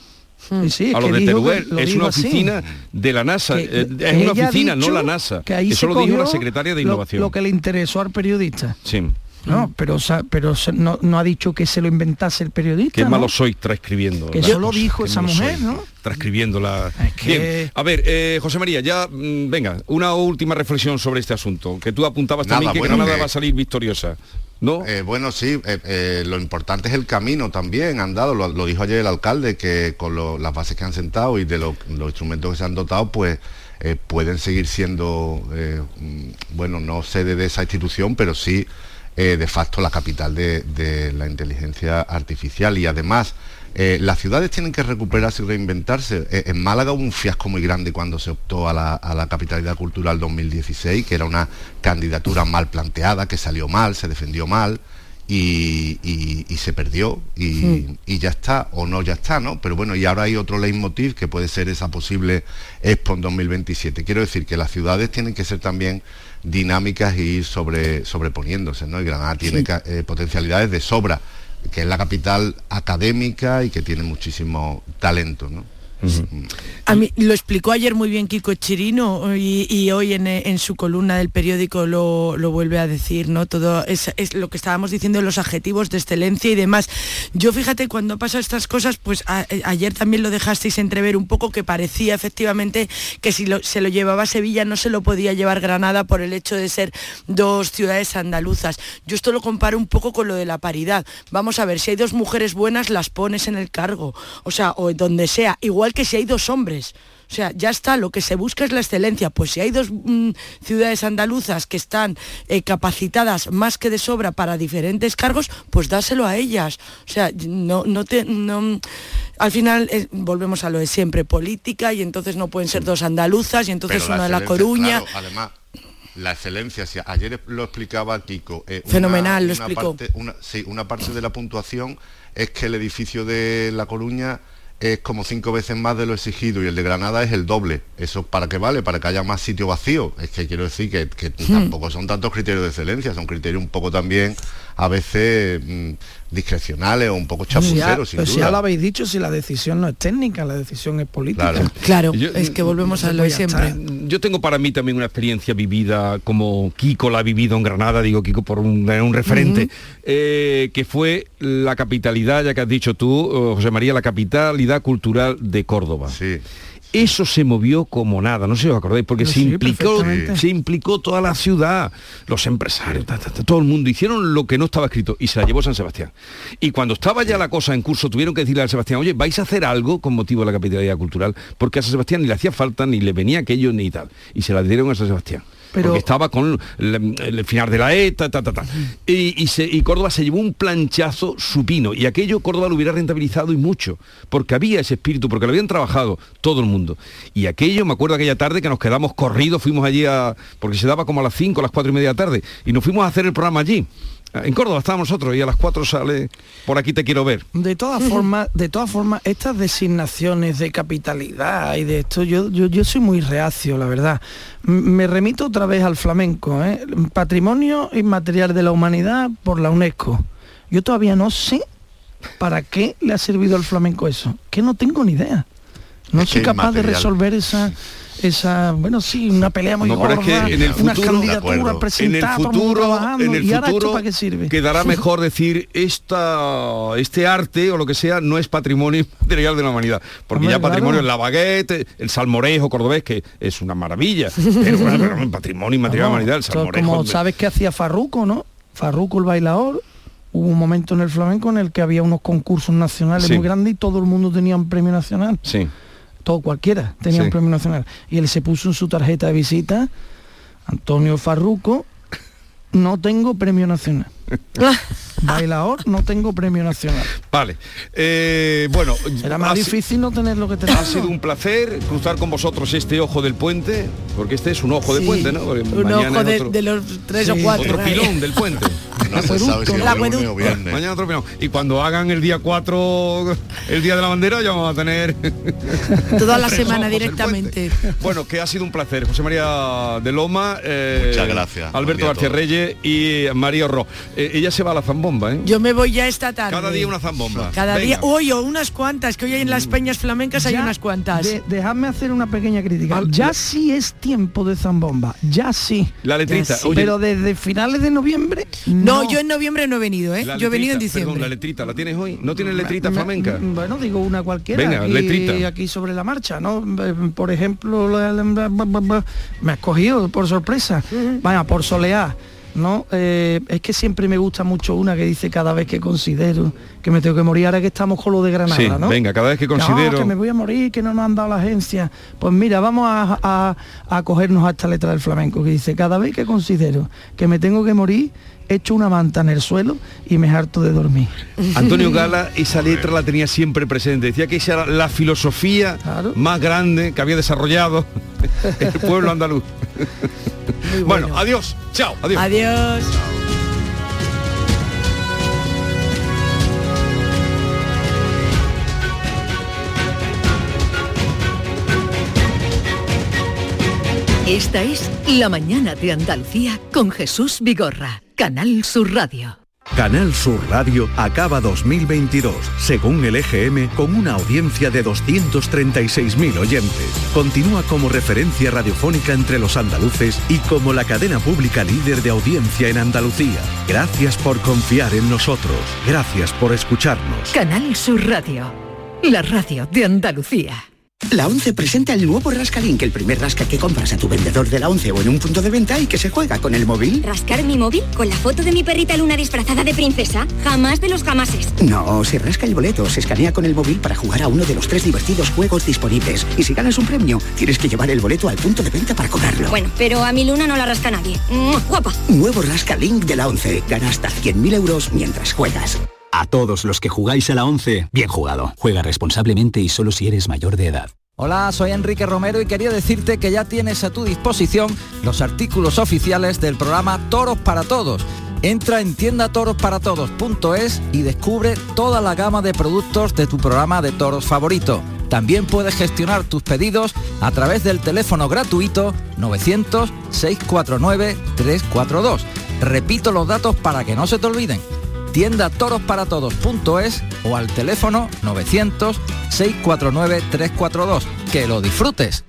Sí, sí, a lo de Teruel, es una oficina así. de la NASA, que, eh, que es una oficina, no la NASA. Que ahí Eso lo dijo la secretaria de Innovación. Lo, lo que le interesó al periodista. Sí. No, pero, pero no, no ha dicho que se lo inventase el periodista. Qué ¿no? malo soy transcribiendo. Que eso lo dijo esa mujer, ¿no? Transcribiendo la... Es que... Bien, a ver, eh, José María, ya, mmm, venga, una última reflexión sobre este asunto, que tú apuntabas Nada, también que bueno, Granada que... va a salir victoriosa. ¿No? Eh, bueno, sí, eh, eh, lo importante es el camino también andado, lo, lo dijo ayer el alcalde, que con lo, las bases que han sentado y de lo, los instrumentos que se han dotado, pues eh, pueden seguir siendo, eh, bueno, no sede de esa institución, pero sí eh, de facto la capital de, de la inteligencia artificial. Y además, eh, las ciudades tienen que recuperarse y reinventarse. Eh, en Málaga hubo un fiasco muy grande cuando se optó a la, a la capitalidad cultural dos mil dieciséis, que era una candidatura mal planteada, que salió mal, se defendió mal y, y, y se perdió y, sí. y ya está, o no ya está, ¿no? Pero bueno, y ahora hay otro leitmotiv que puede ser esa posible Expo en dos mil veintisiete. Quiero decir que las ciudades tienen que ser también dinámicas y ir sobre, sobreponiéndose, ¿no? Y Granada tiene sí. eh, potencialidades de sobra, que es la capital académica y que tiene muchísimo talento, ¿no? Uh-huh. A mí lo explicó ayer muy bien Kiko Chirino y, y hoy en, en su columna del periódico lo, lo vuelve a decir, ¿no? Todo es, es lo que estábamos diciendo de los adjetivos de excelencia y demás. Yo fíjate, cuando pasan estas cosas, pues a, ayer también lo dejasteis entrever un poco, que parecía efectivamente que si lo, se lo llevaba Sevilla no se lo podía llevar Granada por el hecho de ser dos ciudades andaluzas. Yo esto lo comparo un poco con lo de la paridad. Vamos a ver, si hay dos mujeres buenas las pones en el cargo, o sea, o donde sea, igual que si hay dos hombres. O sea, ya está, lo que se busca es la excelencia. Pues si hay dos mmm, ciudades andaluzas que están eh, capacitadas más que de sobra para diferentes cargos, pues dáselo a ellas. O sea, no, no te... No, al final eh, volvemos a lo de siempre, política, y entonces no pueden ser dos andaluzas, y entonces Pero una de La La Coruña... Claro, además, la excelencia, si ayer lo explicaba Kiko. Eh, Fenomenal, una, lo una explicó. Parte, una, sí, una parte de la puntuación es que el edificio de La Coruña es como cinco veces más de lo exigido y el de Granada es el doble. ¿Eso para qué vale? Para que haya más sitio vacío. Es que quiero decir que, que hmm. tampoco son tantos criterios de excelencia, son criterios un poco también a veces mmm, discrecionales o un poco chapuceros, sin pero duda. Si ya lo habéis dicho, si la decisión no es técnica, la decisión es política. Claro, claro yo, es que volvemos a lo de siempre. Yo tengo para mí también una experiencia vivida, como Kiko la ha vivido en Granada, digo Kiko por un, un referente, uh-huh. eh, que fue la capitalidad, ya que has dicho tú, José María, la capitalidad cultural de Córdoba. Sí. Eso se movió como nada, no sé si os acordáis, porque no, se, sí, implicó, se implicó toda la ciudad, los empresarios, ta, ta, ta, todo el mundo, hicieron lo que no estaba escrito y se la llevó San Sebastián. Y cuando estaba ya la cosa en curso, tuvieron que decirle a Sebastián, oye, vais a hacer algo con motivo de la capitalidad cultural, porque a San Sebastián ni le hacía falta, ni le venía aquello, ni tal. Y se la dieron a San Sebastián. Pero... porque estaba con el, el final de la ETA, ta, ta, ta. Y, y, se, y Córdoba se llevó un planchazo supino, y aquello Córdoba lo hubiera rentabilizado y mucho, porque había ese espíritu, porque lo habían trabajado todo el mundo. Y aquello, me acuerdo aquella tarde que nos quedamos corridos, fuimos allí a, porque se daba como a las cinco, a las cuatro y media de la tarde, y nos fuimos a hacer el programa allí. En Córdoba estábamos nosotros y a las cuatro sale Por aquí te quiero ver. De todas formas, de todas formas, estas designaciones de capitalidad y de esto, yo, yo, yo soy muy reacio, la verdad. Me remito otra vez al flamenco, ¿eh? Patrimonio Inmaterial de la Humanidad por la UNESCO. Yo todavía no sé para qué le ha servido al flamenco eso, que no tengo ni idea. No es soy capaz de resolver esa... esa, bueno, sí, una pelea muy no, gorda, es que en el futuro, una candidatura presentada, en el futuro, en el y ahora futuro esto, ¿para qué sirve? Quedará mejor decir esta, este arte o lo que sea no es patrimonio material de la humanidad, porque Hombre, ya patrimonio claro. es la baguette, el salmorejo cordobés, que es una maravilla, pero bueno, patrimonio material de la humanidad, el salmorejo. Como sabes que hacía Farruco, ¿no? Farruco el bailador. Hubo un momento en el flamenco en el que había unos concursos nacionales sí. muy grandes y todo el mundo tenía un premio nacional. Sí. Todo, cualquiera tenía sí. un premio nacional. Y él se puso en su tarjeta de visita, Antonio Farruco, no tengo premio nacional. Bailador, no tengo premio nacional. Vale. Eh, bueno, era más difícil no tener lo que tenemos. Ha sido un placer cruzar con vosotros este ojo del puente, porque este es un ojo sí. de puente, ¿no? Porque un ojo de, otro, de los tres sí. o cuatro. Otro pilón del puente. No se sabe si es lunes o viernes. Mañana otro pilón. Y cuando hagan el día cuatro, el día de la bandera, ya vamos a tener toda la semana directamente. Bueno, que ha sido un placer. José María de Loma, eh, muchas gracias. Alberto García Reyes y María Orro. Eh, ella se va a la zambomba, ¿eh? Yo me voy ya esta tarde. Cada día una zambomba. Cada Venga. día, hoy o unas cuantas, que hoy en las peñas flamencas ya, hay unas cuantas. De, dejadme hacer una pequeña crítica. Al, ya sí es tiempo de zambomba, ya sí. La letrita. Sí. Oye, pero desde finales de noviembre. No, No, no, yo en noviembre no he venido, ¿eh? La yo letrita, he venido en diciembre. Perdón, la letrita, ¿la tienes hoy? ¿No tienes letrita Me- flamenca? me- Bueno, digo una cualquiera. Venga, aquí, letrita. aquí sobre la marcha, ¿no? Por ejemplo, la- la- la- la- la- me has cogido por sorpresa. Vaya, por solear. ¿No? Eh, es que siempre me gusta mucho una que dice cada vez que considero que me tengo que morir, ahora que estamos con lo de Granada, Sí, ¿no? venga, cada vez que No, considero... que me voy a morir, que no nos han dado la agencia. Pues mira, vamos a, a, a cogernos a esta letra del flamenco que dice, cada vez que considero que me tengo que morir, echo una manta en el suelo y me harto de dormir. Antonio Gala esa letra la tenía siempre presente. Decía que esa era la filosofía más grande que había desarrollado el pueblo andaluz. Bueno. bueno, adiós. Chao. Adiós. Adiós. Esta es La Mañana de Andalucía con Jesús Vigorra, Canal Sur Radio. Canal Sur Radio acaba dos mil veintidós, según el E G M, con una audiencia de doscientos treinta y seis mil oyentes. Continúa como referencia radiofónica entre los andaluces y como la cadena pública líder de audiencia en Andalucía. Gracias por confiar en nosotros. Gracias por escucharnos. Canal Sur Radio, la radio de Andalucía. La ONCE presenta el nuevo Rascalink, el primer rasca que compras a tu vendedor de la ONCE o en un punto de venta y que se juega con el móvil. ¿Rascar mi móvil? ¿Con la foto de mi perrita Luna disfrazada de princesa? Jamás de los jamases. No, se rasca el boleto, se escanea con el móvil para jugar a uno de los tres divertidos juegos disponibles. Y si ganas un premio, tienes que llevar el boleto al punto de venta para cobrarlo. Bueno, pero a mi Luna no la rasca nadie. ¡Mua, guapa! Nuevo Rascalink de la ONCE. Gana hasta cien mil euros mientras juegas. A todos los que jugáis a la ONCE, bien jugado. Juega responsablemente y solo si eres mayor de edad. Hola, soy Enrique Romero y quería decirte que ya tienes a tu disposición los artículos oficiales del programa Toros para Todos. Entra en tienda toros para todos punto es y descubre toda la gama de productos de tu programa de toros favorito. También puedes gestionar tus pedidos a través del teléfono gratuito novecientos, seiscientos cuarenta y nueve, trescientos cuarenta y dos. Repito los datos para que no se te olviden. Tienda toros para todos punto es o al teléfono novecientos, seiscientos cuarenta y nueve, trescientos cuarenta y dos. ¡Que lo disfrutes!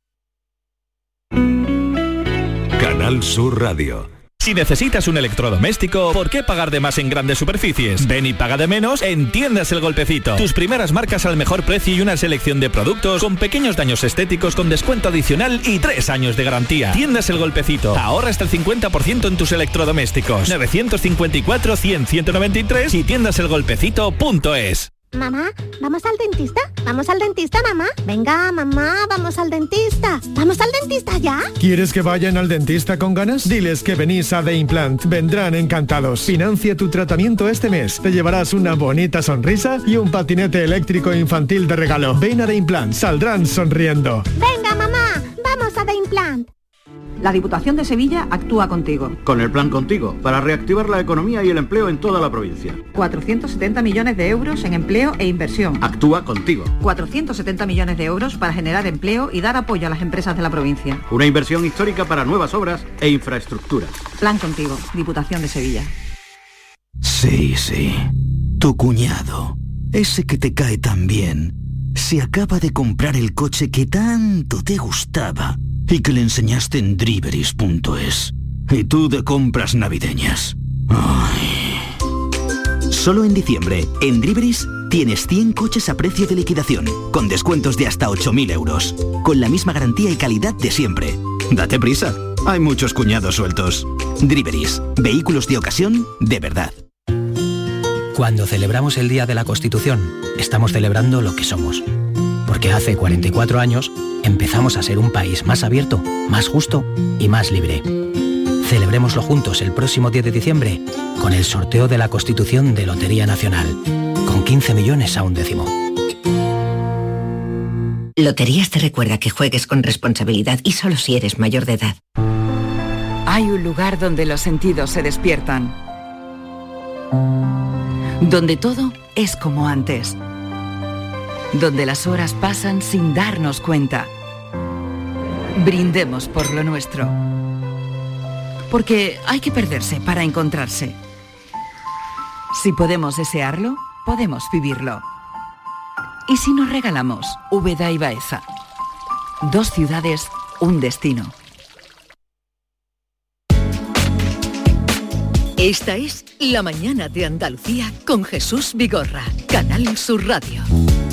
Canal Sur Radio. Si necesitas un electrodoméstico, ¿por qué pagar de más en grandes superficies? Ven y paga de menos en Tiendas El Golpecito. Tus primeras marcas al mejor precio y una selección de productos con pequeños daños estéticos con descuento adicional y tres años de garantía. Tiendas El Golpecito. Ahorra hasta el cincuenta por ciento en tus electrodomésticos. novecientos cincuenta y cuatro, cien, ciento noventa y tres y tiendas el golpecito punto es. Mamá, ¿vamos al dentista? ¿Vamos al dentista, mamá? Venga, mamá, vamos al dentista. ¿Vamos al dentista ya? ¿Quieres que vayan al dentista con ganas? Diles que venís a The Implant. Vendrán encantados. Financia tu tratamiento este mes. Te llevarás una bonita sonrisa y un patinete eléctrico infantil de regalo. Ven a The Implant. Saldrán sonriendo. Venga, mamá, vamos a The Implant. La Diputación de Sevilla actúa contigo. Con el Plan Contigo, para reactivar la economía y el empleo en toda la provincia. cuatrocientos setenta millones de euros en empleo e inversión. Actúa contigo. cuatrocientos setenta millones de euros para generar empleo y dar apoyo a las empresas de la provincia. Una inversión histórica para nuevas obras e infraestructura. Plan Contigo, Diputación de Sevilla. Sí, sí. Tu cuñado, ese que te cae tan bien, se acaba de comprar el coche que tanto te gustaba y que le enseñaste en driveris punto es. Y tú de compras navideñas. Ay. Solo en diciembre, en Driveris, tienes cien coches a precio de liquidación, con descuentos de hasta ocho mil euros, con la misma garantía y calidad de siempre. Date prisa, hay muchos cuñados sueltos. Driveris, vehículos de ocasión de verdad. Cuando celebramos el Día de la Constitución, estamos celebrando lo que somos. Porque hace cuarenta y cuatro años empezamos a ser un país más abierto, más justo y más libre. Celebrémoslo juntos el próximo diez de diciembre con el sorteo de la Constitución de Lotería Nacional, con quince millones a un décimo. Loterías te recuerda que juegues con responsabilidad y solo si eres mayor de edad. Hay un lugar donde los sentidos se despiertan. Donde todo es como antes. Donde las horas pasan sin darnos cuenta. Brindemos por lo nuestro. Porque hay que perderse para encontrarse. Si podemos desearlo, podemos vivirlo. ¿Y si nos regalamos Úbeda y Baeza? Dos ciudades, un destino. Esta es La Mañana de Andalucía con Jesús Vigorra, Canal Sur Radio.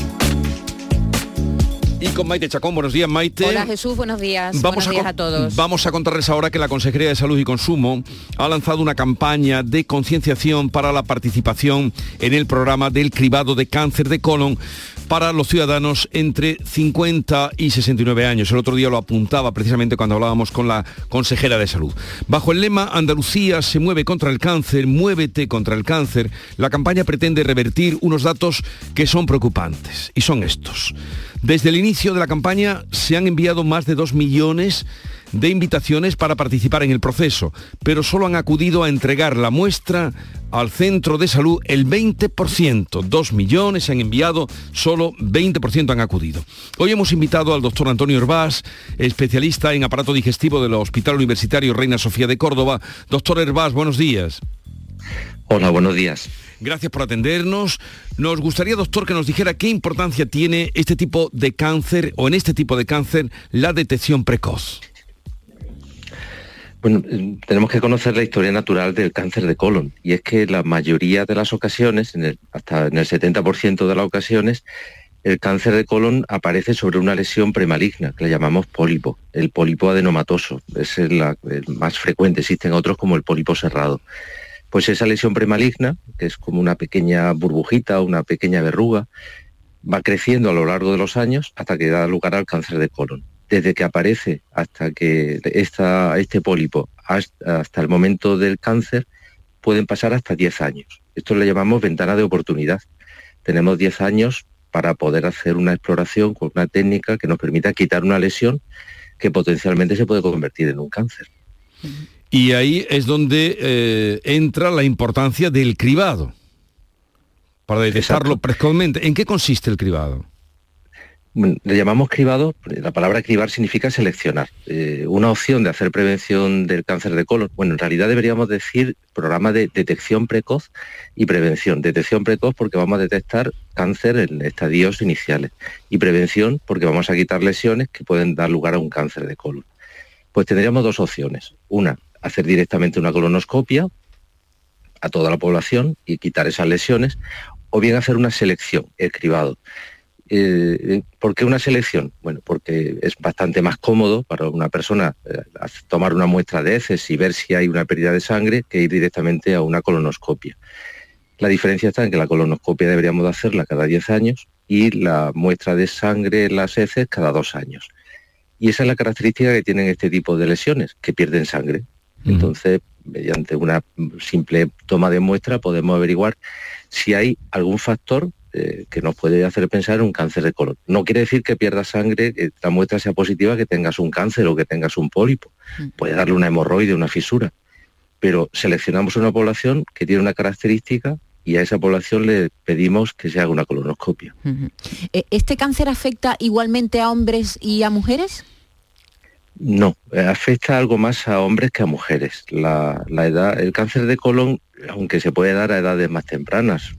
Y con Maite Chacón. Buenos días, Maite. Hola, Jesús, buenos días. Vamos buenos días a, a todos. Vamos a contarles ahora que la Consejería de Salud y Consumo ha lanzado una campaña de concienciación para la participación en el programa del cribado de cáncer de colon para los ciudadanos entre cincuenta y sesenta y nueve años. El otro día lo apuntaba precisamente cuando hablábamos con la consejera de Salud. Bajo el lema Andalucía se mueve contra el cáncer, muévete contra el cáncer, la campaña pretende revertir unos datos que son preocupantes, y son estos. Desde el inicio de la campaña se han enviado más de dos millones de invitaciones para participar en el proceso, pero solo han acudido a entregar la muestra al centro de salud el veinte por ciento. Dos millones se han enviado, solo veinte por ciento han acudido. Hoy hemos invitado al doctor Antonio Hervás, especialista en aparato digestivo del Hospital Universitario Reina Sofía de Córdoba. Doctor Hervás, buenos días. Hola, buenos días. Gracias por atendernos. Nos gustaría, doctor, que nos dijera qué importancia tiene este tipo de cáncer, o en este tipo de cáncer, la detección precoz. Bueno, tenemos que conocer la historia natural del cáncer de colon, y es que la mayoría de las ocasiones, en el, hasta en el setenta por ciento de las ocasiones, el cáncer de colon aparece sobre una lesión premaligna, que le llamamos pólipo, el pólipo adenomatoso. Es el, el más frecuente, existen otros como el pólipo cerrado. Pues esa lesión premaligna, que es como una pequeña burbujita, una pequeña verruga, va creciendo a lo largo de los años hasta que da lugar al cáncer de colon. Desde que aparece hasta que esta, este pólipo, hasta, hasta el momento del cáncer, pueden pasar hasta diez años. Esto le llamamos ventana de oportunidad. Tenemos diez años para poder hacer una exploración con una técnica que nos permita quitar una lesión que potencialmente se puede convertir en un cáncer. Y ahí es donde eh, entra la importancia del cribado, para detectarlo Exacto. precozmente. ¿En qué consiste el cribado? Bueno, le llamamos cribado, la palabra cribar significa seleccionar. Eh, una opción de hacer prevención del cáncer de colon, bueno, en realidad deberíamos decir programa de detección precoz y prevención. Detección precoz porque vamos a detectar cáncer en estadios iniciales, y prevención porque vamos a quitar lesiones que pueden dar lugar a un cáncer de colon. Pues tendríamos dos opciones. Una, hacer directamente una colonoscopia a toda la población y quitar esas lesiones, o bien hacer una selección, el cribado. Eh, ¿Por qué una selección? Bueno, porque es bastante más cómodo para una persona eh, tomar una muestra de heces y ver si hay una pérdida de sangre que ir directamente a una colonoscopia. La diferencia está en que la colonoscopia deberíamos de hacerla cada diez años y la muestra de sangre en las heces cada dos años. Y esa es la característica que tienen este tipo de lesiones, que pierden sangre. Entonces, mediante una simple toma de muestra podemos averiguar si hay algún factor eh, que nos puede hacer pensar en un cáncer de colon. No quiere decir que pierdas sangre, que la muestra sea positiva, que tengas un cáncer o que tengas un pólipo. Puede darle una hemorroide, una fisura. Pero seleccionamos una población que tiene una característica y a esa población le pedimos que se haga una colonoscopia. Uh-huh. ¿Este cáncer afecta igualmente a hombres y a mujeres? No, afecta algo más a hombres que a mujeres. La, la edad, el cáncer de colon, aunque se puede dar a edades más tempranas,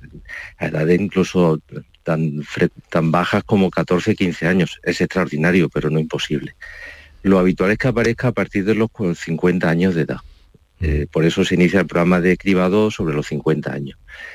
a edades incluso tan, tan bajas como catorce, quince años, es extraordinario, pero no imposible. Lo habitual es que aparezca a partir de los cincuenta años de edad. Eh, por eso se inicia el programa de cribado sobre los cincuenta años.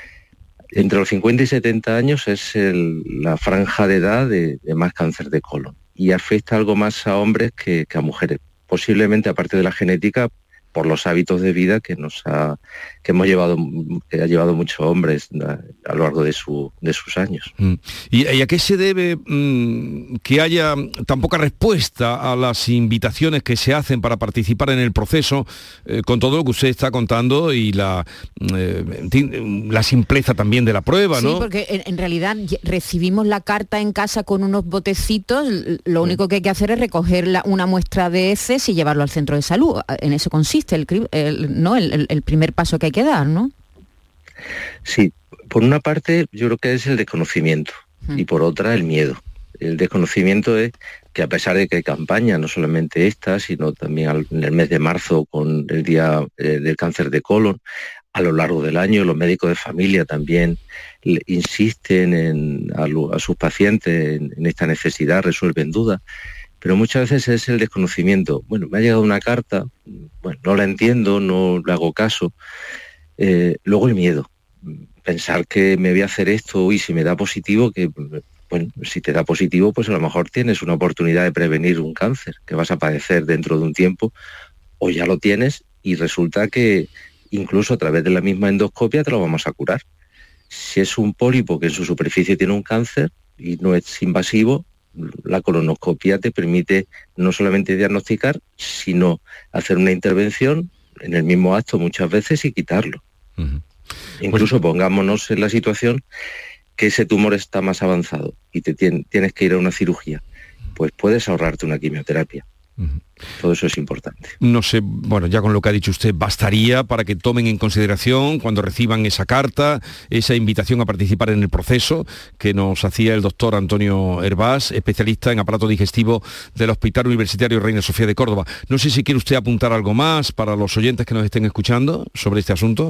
Entre los cincuenta y setenta años es el, la franja de edad de, de más cáncer de colon, y afecta algo más a hombres que, que a mujeres, posiblemente aparte de la genética, por los hábitos de vida que nos ha que hemos llevado que ha llevado muchos hombres a, a lo largo de su de sus años. Mm. ¿Y, ¿Y a qué se debe mm, que haya tan poca respuesta a las invitaciones que se hacen para participar en el proceso, eh, con todo lo que usted está contando y la eh, la simpleza también de la prueba, sí, ¿no? Sí, porque en, en realidad recibimos la carta en casa con unos botecitos, lo único que hay que hacer es recoger la, una muestra de heces y llevarlo al centro de salud. En eso consiste el, el, ¿no? el, el primer paso que hay que dar, ¿no? Sí, por una parte yo creo que es el desconocimiento mm. y por otra el miedo. El desconocimiento es que a pesar de que hay campaña, no solamente esta, sino también en el mes de marzo con el Día eh, del Cáncer de Colon, a lo largo del año los médicos de familia también insisten en, a, lo, a sus pacientes en, en esta necesidad, resuelven dudas. pero muchas veces es el desconocimiento. Bueno, me ha llegado una carta, bueno, no la entiendo, no le hago caso. Eh, luego el miedo, pensar que me voy a hacer esto y si me da positivo, que bueno, si te da positivo, pues a lo mejor tienes una oportunidad de prevenir un cáncer que vas a padecer dentro de un tiempo, o ya lo tienes y resulta que incluso a través de la misma endoscopia te lo vamos a curar. Si es un pólipo que en su superficie tiene un cáncer y no es invasivo, la colonoscopia te permite no solamente diagnosticar, sino hacer una intervención en el mismo acto muchas veces y quitarlo. Uh-huh. Incluso pues, pongámonos en la situación que ese tumor está más avanzado y te tien, tienes que ir a una cirugía, pues puedes ahorrarte una quimioterapia. Uh-huh. Todo eso es importante. No sé, bueno, ya con lo que ha dicho usted, bastaría para que tomen en consideración cuando reciban esa carta, esa invitación a participar en el proceso que nos hacía el doctor Antonio Hervás, especialista en aparato digestivo del Hospital Universitario Reina Sofía de Córdoba. No sé si quiere usted apuntar algo más para los oyentes que nos estén escuchando sobre este asunto.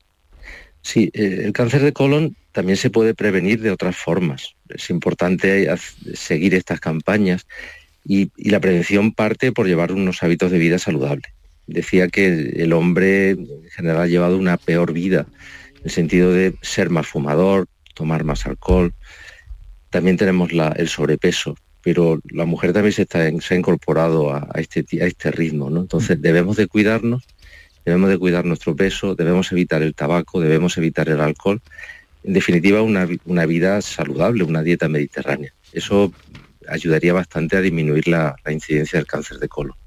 Sí, eh, el cáncer de colon también se puede prevenir de otras formas. Es importante seguir estas campañas. Y, y la prevención parte por llevar unos hábitos de vida saludables. Decía que el hombre en general ha llevado una peor vida, en el sentido de ser más fumador, tomar más alcohol. También tenemos la, el sobrepeso, pero la mujer también se, está, se ha incorporado a, a, este, a este ritmo, ¿no? Entonces debemos de cuidarnos, debemos de cuidar nuestro peso, debemos evitar el tabaco, debemos evitar el alcohol. En definitiva, una, una vida saludable, una dieta mediterránea. Eso ayudaría bastante a disminuir la, la incidencia del cáncer de colon.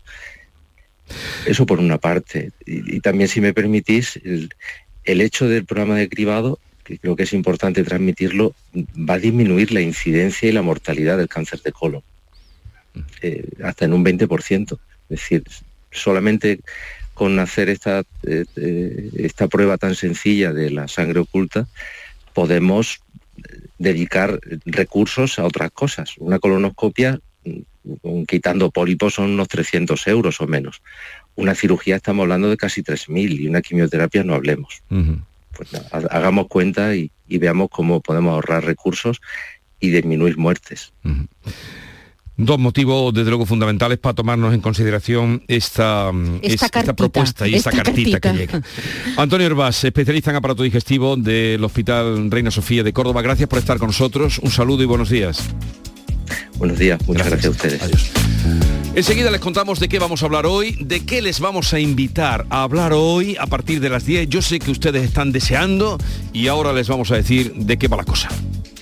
Eso por una parte. Y, y también, si me permitís, el, el hecho del programa de cribado, que creo que es importante transmitirlo, va a disminuir la incidencia y la mortalidad del cáncer de colon, eh, hasta en un veinte por ciento. Es decir, solamente con hacer esta, eh, esta prueba tan sencilla de la sangre oculta, podemos dedicar recursos a otras cosas. Una colonoscopia, quitando pólipos, son unos trescientos euros o menos. Una cirugía estamos hablando de casi tres mil y una quimioterapia no hablemos. Uh-huh. Pues nada, hagamos cuenta y, y veamos cómo podemos ahorrar recursos y disminuir muertes. Uh-huh. Dos motivos, desde luego, fundamentales para tomarnos en consideración esta, esta, es, esta propuesta y esta, esta cartita, cartita que llega. Antonio Hervás, especialista en aparato digestivo del Hospital Reina Sofía de Córdoba, gracias por estar con nosotros. Un saludo y buenos días. Buenos días, muchas gracias, gracias a ustedes. Adiós. Enseguida les contamos de qué vamos a hablar hoy, de qué les vamos a invitar a hablar hoy a partir de las diez. Yo sé que ustedes están deseando y ahora les vamos a decir de qué va la cosa.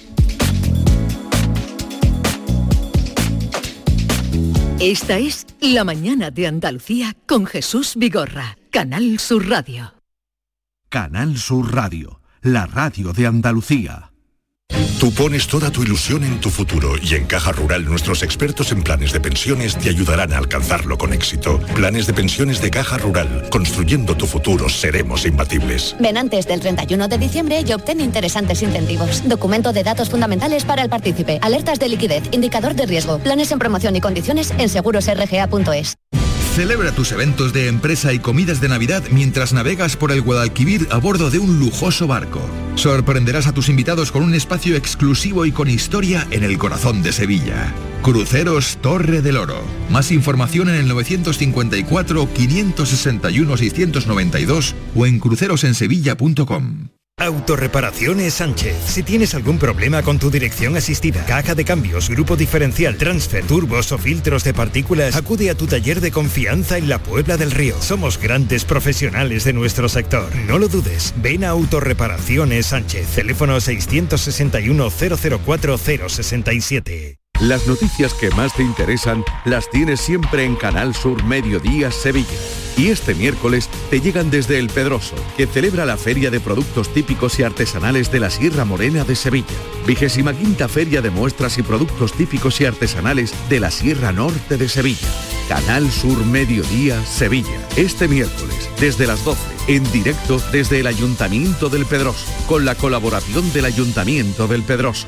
Esta es La Mañana de Andalucía con Jesús Vigorra, Canal Sur Radio. Canal Sur Radio, la radio de Andalucía. Tú pones toda tu ilusión en tu futuro y en Caja Rural nuestros expertos en planes de pensiones te ayudarán a alcanzarlo con éxito. Planes de pensiones de Caja Rural. Construyendo tu futuro seremos imbatibles. Ven antes del treinta y uno de diciembre y obtén interesantes incentivos. Documento de datos fundamentales para el partícipe. Alertas de liquidez. Indicador de riesgo. Planes en promoción y condiciones en seguros r g a punto es. Celebra tus eventos de empresa y comidas de Navidad mientras navegas por el Guadalquivir a bordo de un lujoso barco. Sorprenderás a tus invitados con un espacio exclusivo y con historia en el corazón de Sevilla. Cruceros Torre del Oro. Más información en el novecientos cincuenta y cuatro, quinientos sesenta y uno, seiscientos noventa y dos o en crucerosensevilla punto com. Autorreparaciones Sánchez. Si tienes algún problema con tu dirección asistida, caja de cambios, grupo diferencial, transfer, turbos o filtros de partículas, acude a tu taller de confianza en la Puebla del Río. Somos grandes profesionales de nuestro sector. No lo dudes. Ven a Autorreparaciones Sánchez. Teléfono seiscientos sesenta y uno, cero cero cuatro, cero sesenta y siete. Las noticias que más te interesan las tienes siempre en Canal Sur Mediodía Sevilla. Y este miércoles te llegan desde El Pedroso, que celebra la Feria de Productos Típicos y Artesanales de la Sierra Morena de Sevilla. Vigésima quinta Feria de Muestras y Productos Típicos y Artesanales de la Sierra Norte de Sevilla. Canal Sur Mediodía Sevilla. Este miércoles, desde las doce, en directo desde el Ayuntamiento del Pedroso, con la colaboración del Ayuntamiento del Pedroso.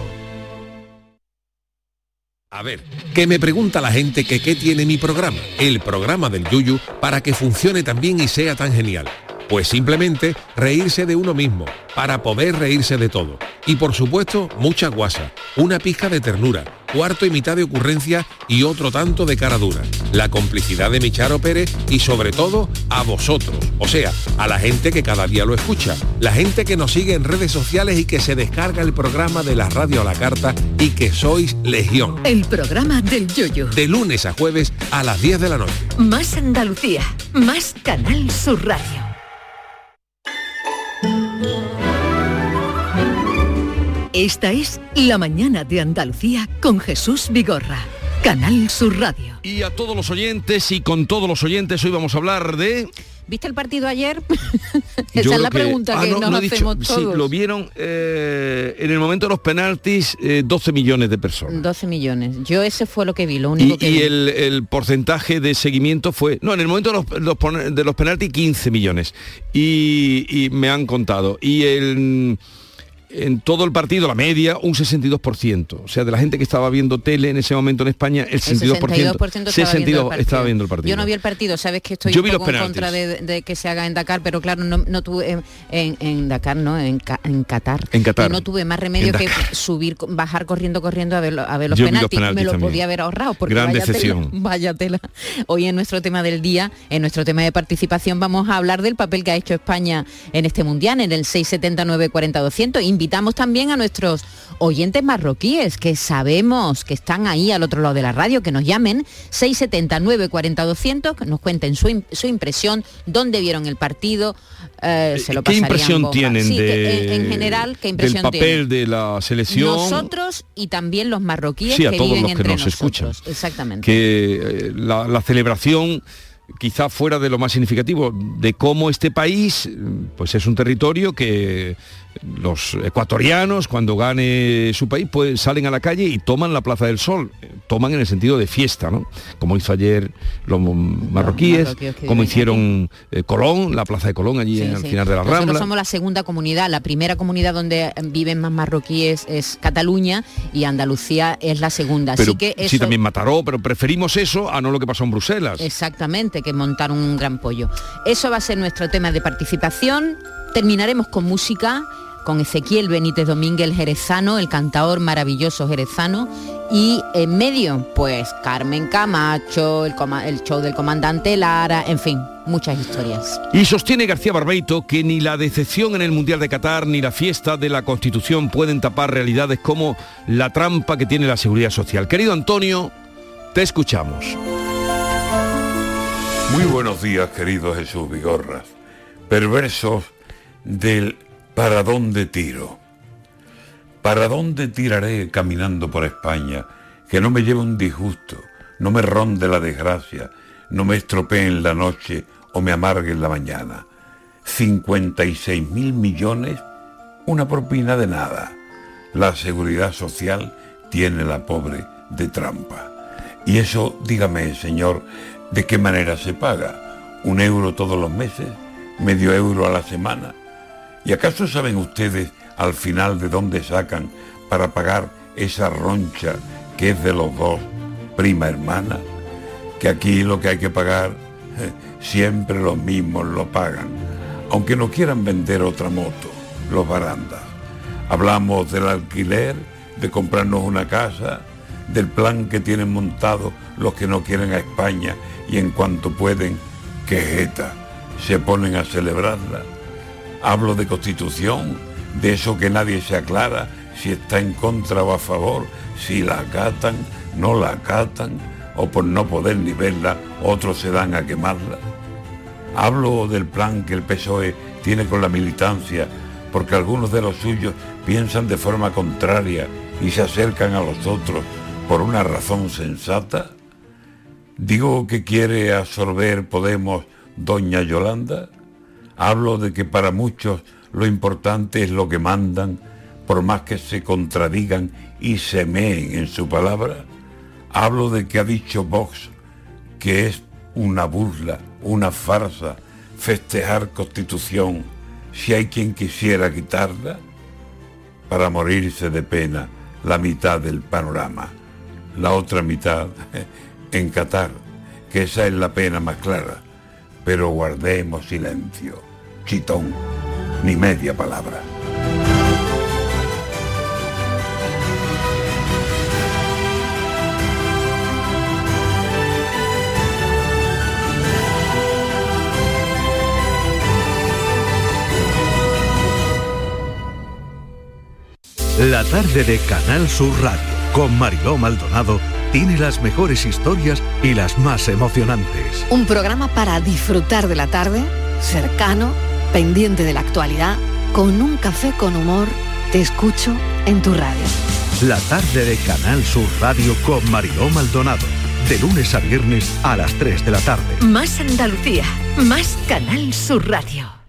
A ver, que me pregunta la gente que qué tiene mi programa, el programa del Yuyu, para que funcione tan bien y sea tan genial. Pues simplemente reírse de uno mismo, para poder reírse de todo. Y por supuesto, mucha guasa, una pizca de ternura, cuarto y mitad de ocurrencia y otro tanto de cara dura. La complicidad de mi Charo Pérez y sobre todo a vosotros, o sea, a la gente que cada día lo escucha, la gente que nos sigue en redes sociales y que se descarga el programa de la radio a la carta y que sois legión. El programa del Yoyo. De lunes a jueves a las diez de la noche. Más Andalucía, más Canal Sur Radio. Esta es La Mañana de Andalucía con Jesús Vigorra, Canal Sur Radio. Y a todos los oyentes y con todos los oyentes hoy vamos a hablar de... ¿Viste el partido ayer? Esa es la pregunta que, que ah, no, nos no hacemos dicho, todos. Sí, lo vieron eh, en el momento de los penaltis, eh, doce millones de personas. doce millones. Yo ese fue lo que vi, lo único y, que y vi. el, el porcentaje de seguimiento fue... No, en el momento de los, los, de los penaltis, quince millones. Y, y me han contado. Y el... En todo el partido, la media, un sesenta y dos por ciento. O sea, de la gente que estaba viendo tele en ese momento en España, el sesenta y dos por ciento, sesenta y dos por ciento estaba viendo el partido. Yo no vi el partido, sabes que estoy Yo un poco en contra de, de que se haga en Dakar, pero claro, no, no tuve en, en, en Dakar, no, en, en Qatar. En Qatar. Y no tuve más remedio que subir, bajar corriendo, corriendo a ver, a ver los, penaltis. los penaltis. Me lo también. Podía haber ahorrado, porque Gran vaya decepción. tela, vaya tela. Hoy en nuestro tema del día, en nuestro tema de participación, vamos a hablar del papel que ha hecho España en este Mundial, en el seis setenta nueve cuarenta doscientos. Invitamos también a nuestros oyentes marroquíes que sabemos que están ahí al otro lado de la radio, que nos llamen seis setenta nueve cuarenta doscientos, que nos cuenten su, su impresión, dónde vieron el partido, eh, se lo ¿Qué impresión bomba. tienen sí, de, que, en, en general, qué impresión del papel tienen? de la selección? Nosotros y también los marroquíes sí, que a todos viven los que entre nos nosotros. escuchan. Exactamente. Que eh, la, la celebración quizá fuera de lo más significativo, de cómo este país pues es un territorio que los ecuatorianos, cuando gane su país, pues salen a la calle y toman la Plaza del Sol, toman en el sentido de fiesta, ¿no? Como hizo ayer los marroquíes, los como hicieron eh, Colón, la Plaza de Colón allí sí, en, al sí. final de la Nosotros Rambla. Somos la segunda comunidad, la primera comunidad donde viven más marroquíes es Cataluña y Andalucía es la segunda. Pero, Así que eso... Sí, también Mataró, pero preferimos eso a no lo que pasó en Bruselas. Exactamente, que montaron un gran pollo. Eso va a ser nuestro tema de participación. Terminaremos con música, con Ezequiel Benítez Domínguez, el jerezano, el cantaor maravilloso jerezano, y en medio, pues Carmen Camacho, el, el show del comandante Lara, en fin, muchas historias. Y sostiene García Barbeito que ni la decepción en el Mundial de Qatar ni la fiesta de la Constitución pueden tapar realidades como la trampa que tiene la seguridad social. Querido Antonio, te escuchamos. Muy buenos días, querido Jesús Vigorras. Perversos del ¿para dónde tiro? ¿Para dónde tiraré caminando por España? Que no me lleve un disgusto, no me ronde la desgracia, no me estropee en la noche o me amargue en la mañana. cincuenta y seis mil millones, una propina de nada. La seguridad social tiene la pobre de trampa. Y eso, dígame, señor, ¿de qué manera se paga? ¿Un euro todos los meses? ¿Medio euro a la semana? ¿Y acaso saben ustedes al final de dónde sacan para pagar esa roncha que es de los dos, prima hermana? Que aquí lo que hay que pagar, eh, siempre los mismos lo pagan, aunque no quieran vender otra moto, los barandas. Hablamos del alquiler, de comprarnos una casa, del plan que tienen montado los que no quieren a España y en cuanto pueden, que jeta, se ponen a celebrarla. Hablo de Constitución, de eso que nadie se aclara si está en contra o a favor, si la acatan, no la acatan, o por no poder ni verla, otros se dan a quemarla. Hablo del plan que el P S O E tiene con la militancia, porque algunos de los suyos piensan de forma contraria y se acercan a los otros por una razón sensata. Digo que quiere absorber Podemos doña Yolanda. Hablo de que para muchos lo importante es lo que mandan, por más que se contradigan y se meen en su palabra. Hablo de que ha dicho Vox que es una burla, una farsa, festejar Constitución si hay quien quisiera quitarla, para morirse de pena la mitad del panorama, la otra mitad en Qatar, que esa es la pena más clara, pero guardemos silencio. chitón, ni media palabra. La tarde de Canal Sur Radio con Mariló Maldonado tiene las mejores historias y las más emocionantes. Un programa para disfrutar de la tarde, cercano, pendiente de la actualidad, con un café con humor. Te escucho en tu radio. La tarde de Canal Sur Radio con Mariló Maldonado, de lunes a viernes a las tres de la tarde. Más Andalucía, más Canal Sur Radio.